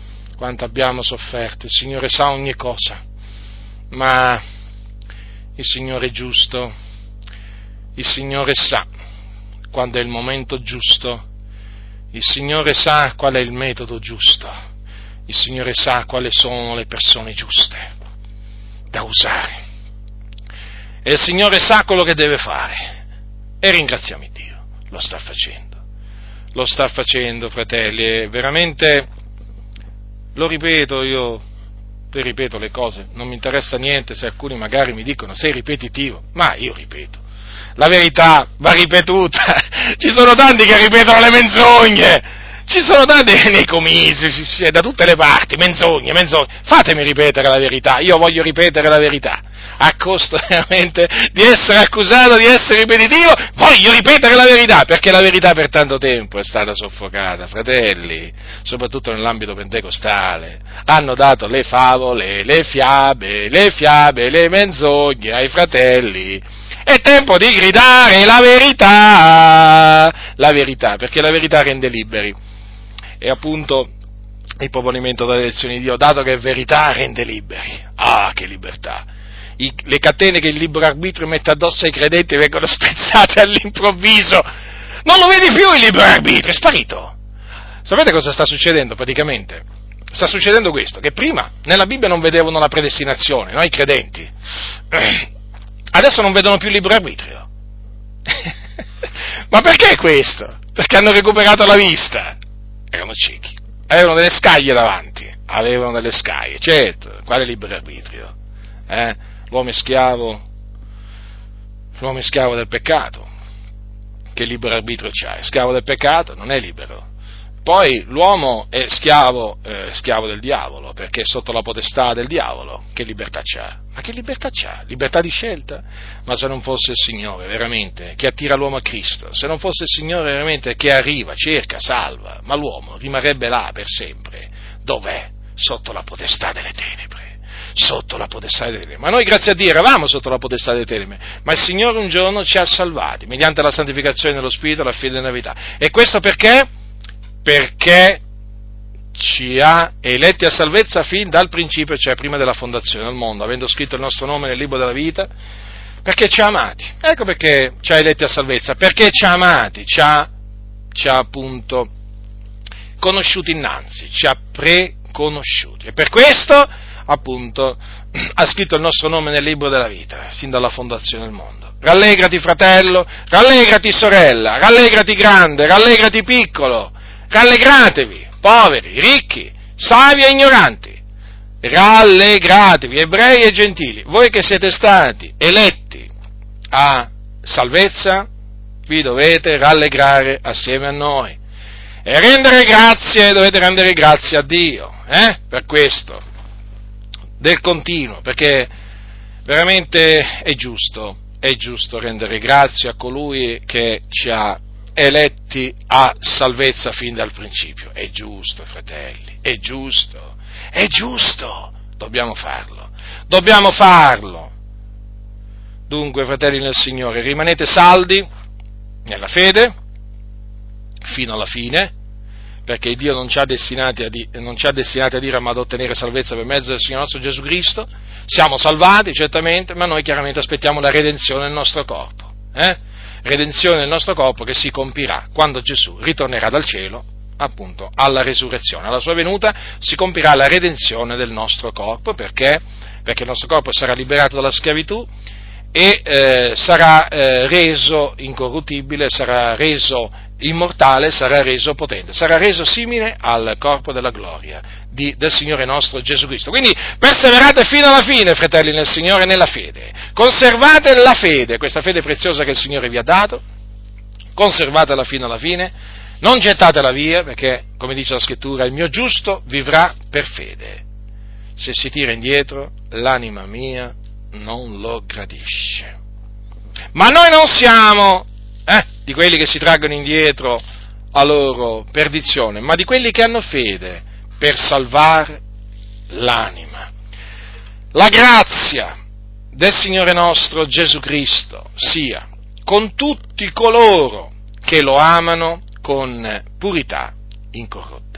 il Signore sa ogni cosa, ma il Signore è giusto, il Signore sa quando è il momento giusto, il Signore sa qual è il metodo giusto, il Signore sa quali sono le persone giuste da usare e il Signore sa quello che deve fare e ringraziamo Dio, lo sta facendo fratelli, e veramente lo ripeto, io vi ripeto le cose, non mi interessa niente se alcuni magari mi dicono sei ripetitivo, ma io ripeto, la verità va ripetuta, ci sono tanti che ripetono le menzogne, ci sono tanti nei comizi, da tutte le parti, menzogne, fatemi ripetere la verità, io voglio ripetere la verità, a costo veramente di essere accusato di essere ripetitivo, voglio ripetere la verità, perché la verità per tanto tempo è stata soffocata, fratelli, soprattutto nell'ambito pentecostale, hanno dato le favole, le fiabe, le menzogne ai fratelli. È tempo di gridare la verità, perché la verità rende liberi. E appunto il proponimento delle elezioni di Dio, dato che è verità, rende liberi. Ah, che libertà! Le catene che il libero arbitrio mette addosso ai credenti vengono spezzate all'improvviso. Non lo vedi più il libero arbitrio, è sparito. Sapete cosa sta succedendo praticamente? Sta succedendo questo, che prima nella Bibbia non vedevano la predestinazione, no? I credenti. Adesso non vedono più il libero arbitrio. Ma perché questo? Perché hanno recuperato la vista. Erano ciechi. Avevano delle scaglie davanti. Certo. Quale libero arbitrio? L'uomo è schiavo del peccato. Che libero arbitrio c'ha? È schiavo del peccato? Non è libero. Poi l'uomo è schiavo del diavolo, perché è sotto la potestà del diavolo. Che libertà c'ha? Ma che libertà c'ha? Libertà di scelta? Ma se non fosse il Signore, veramente, che attira l'uomo a Cristo, se non fosse il Signore, veramente, che arriva, cerca, salva, ma l'uomo rimarrebbe là per sempre. Dov'è? Sotto la potestà delle tenebre. Ma noi, grazie a Dio, eravamo sotto la potestà delle tenebre, ma il Signore un giorno ci ha salvati, mediante la santificazione dello Spirito, la fede nella verità. E questo perché? Perché ci ha eletti a salvezza fin dal principio, cioè prima della fondazione del mondo, avendo scritto il nostro nome nel libro della vita, perché ci ha amati. Ecco perché ci ha eletti a salvezza, perché ci ha amati, ci ha appunto conosciuti innanzi, ci ha preconosciuti. E per questo, appunto, ha scritto il nostro nome nel libro della vita, sin dalla fondazione del mondo. Rallegrati fratello, rallegrati sorella, rallegrati grande, rallegrati piccolo, rallegratevi, poveri, ricchi, savi e ignoranti, rallegratevi, ebrei e gentili, voi che siete stati eletti a salvezza, vi dovete rallegrare assieme a noi e dovete rendere grazie a Dio, per questo, del continuo, perché veramente è giusto rendere grazie a colui che ci ha eletti a salvezza fin dal principio. È giusto, fratelli, è giusto, dobbiamo farlo. Dunque, fratelli nel Signore, rimanete saldi nella fede fino alla fine, perché Dio non ci ha destinati a dire ma ad ottenere salvezza per mezzo del Signore nostro Gesù Cristo. Siamo salvati, certamente, ma noi chiaramente aspettiamo la redenzione del nostro corpo. Redenzione del nostro corpo che si compirà quando Gesù ritornerà dal cielo, appunto, alla resurrezione. Alla sua venuta si compirà la redenzione del nostro corpo, perché il nostro corpo sarà liberato dalla schiavitù e sarà reso incorruttibile, sarà reso immortale, sarà reso potente, sarà reso simile al corpo della gloria del Signore nostro Gesù Cristo. Quindi perseverate fino alla fine, fratelli nel Signore, nella fede, conservate la fede, questa fede preziosa che il Signore vi ha dato, conservatela fino alla fine, non gettatela via, perché, come dice la Scrittura, il mio giusto vivrà per fede. Se si tira indietro, l'anima mia non lo gradisce. Ma noi non siamo di quelli che si traggono indietro a loro perdizione, ma di quelli che hanno fede per salvare l'anima. La grazia del Signore nostro Gesù Cristo sia con tutti coloro che lo amano con purità incorrotta.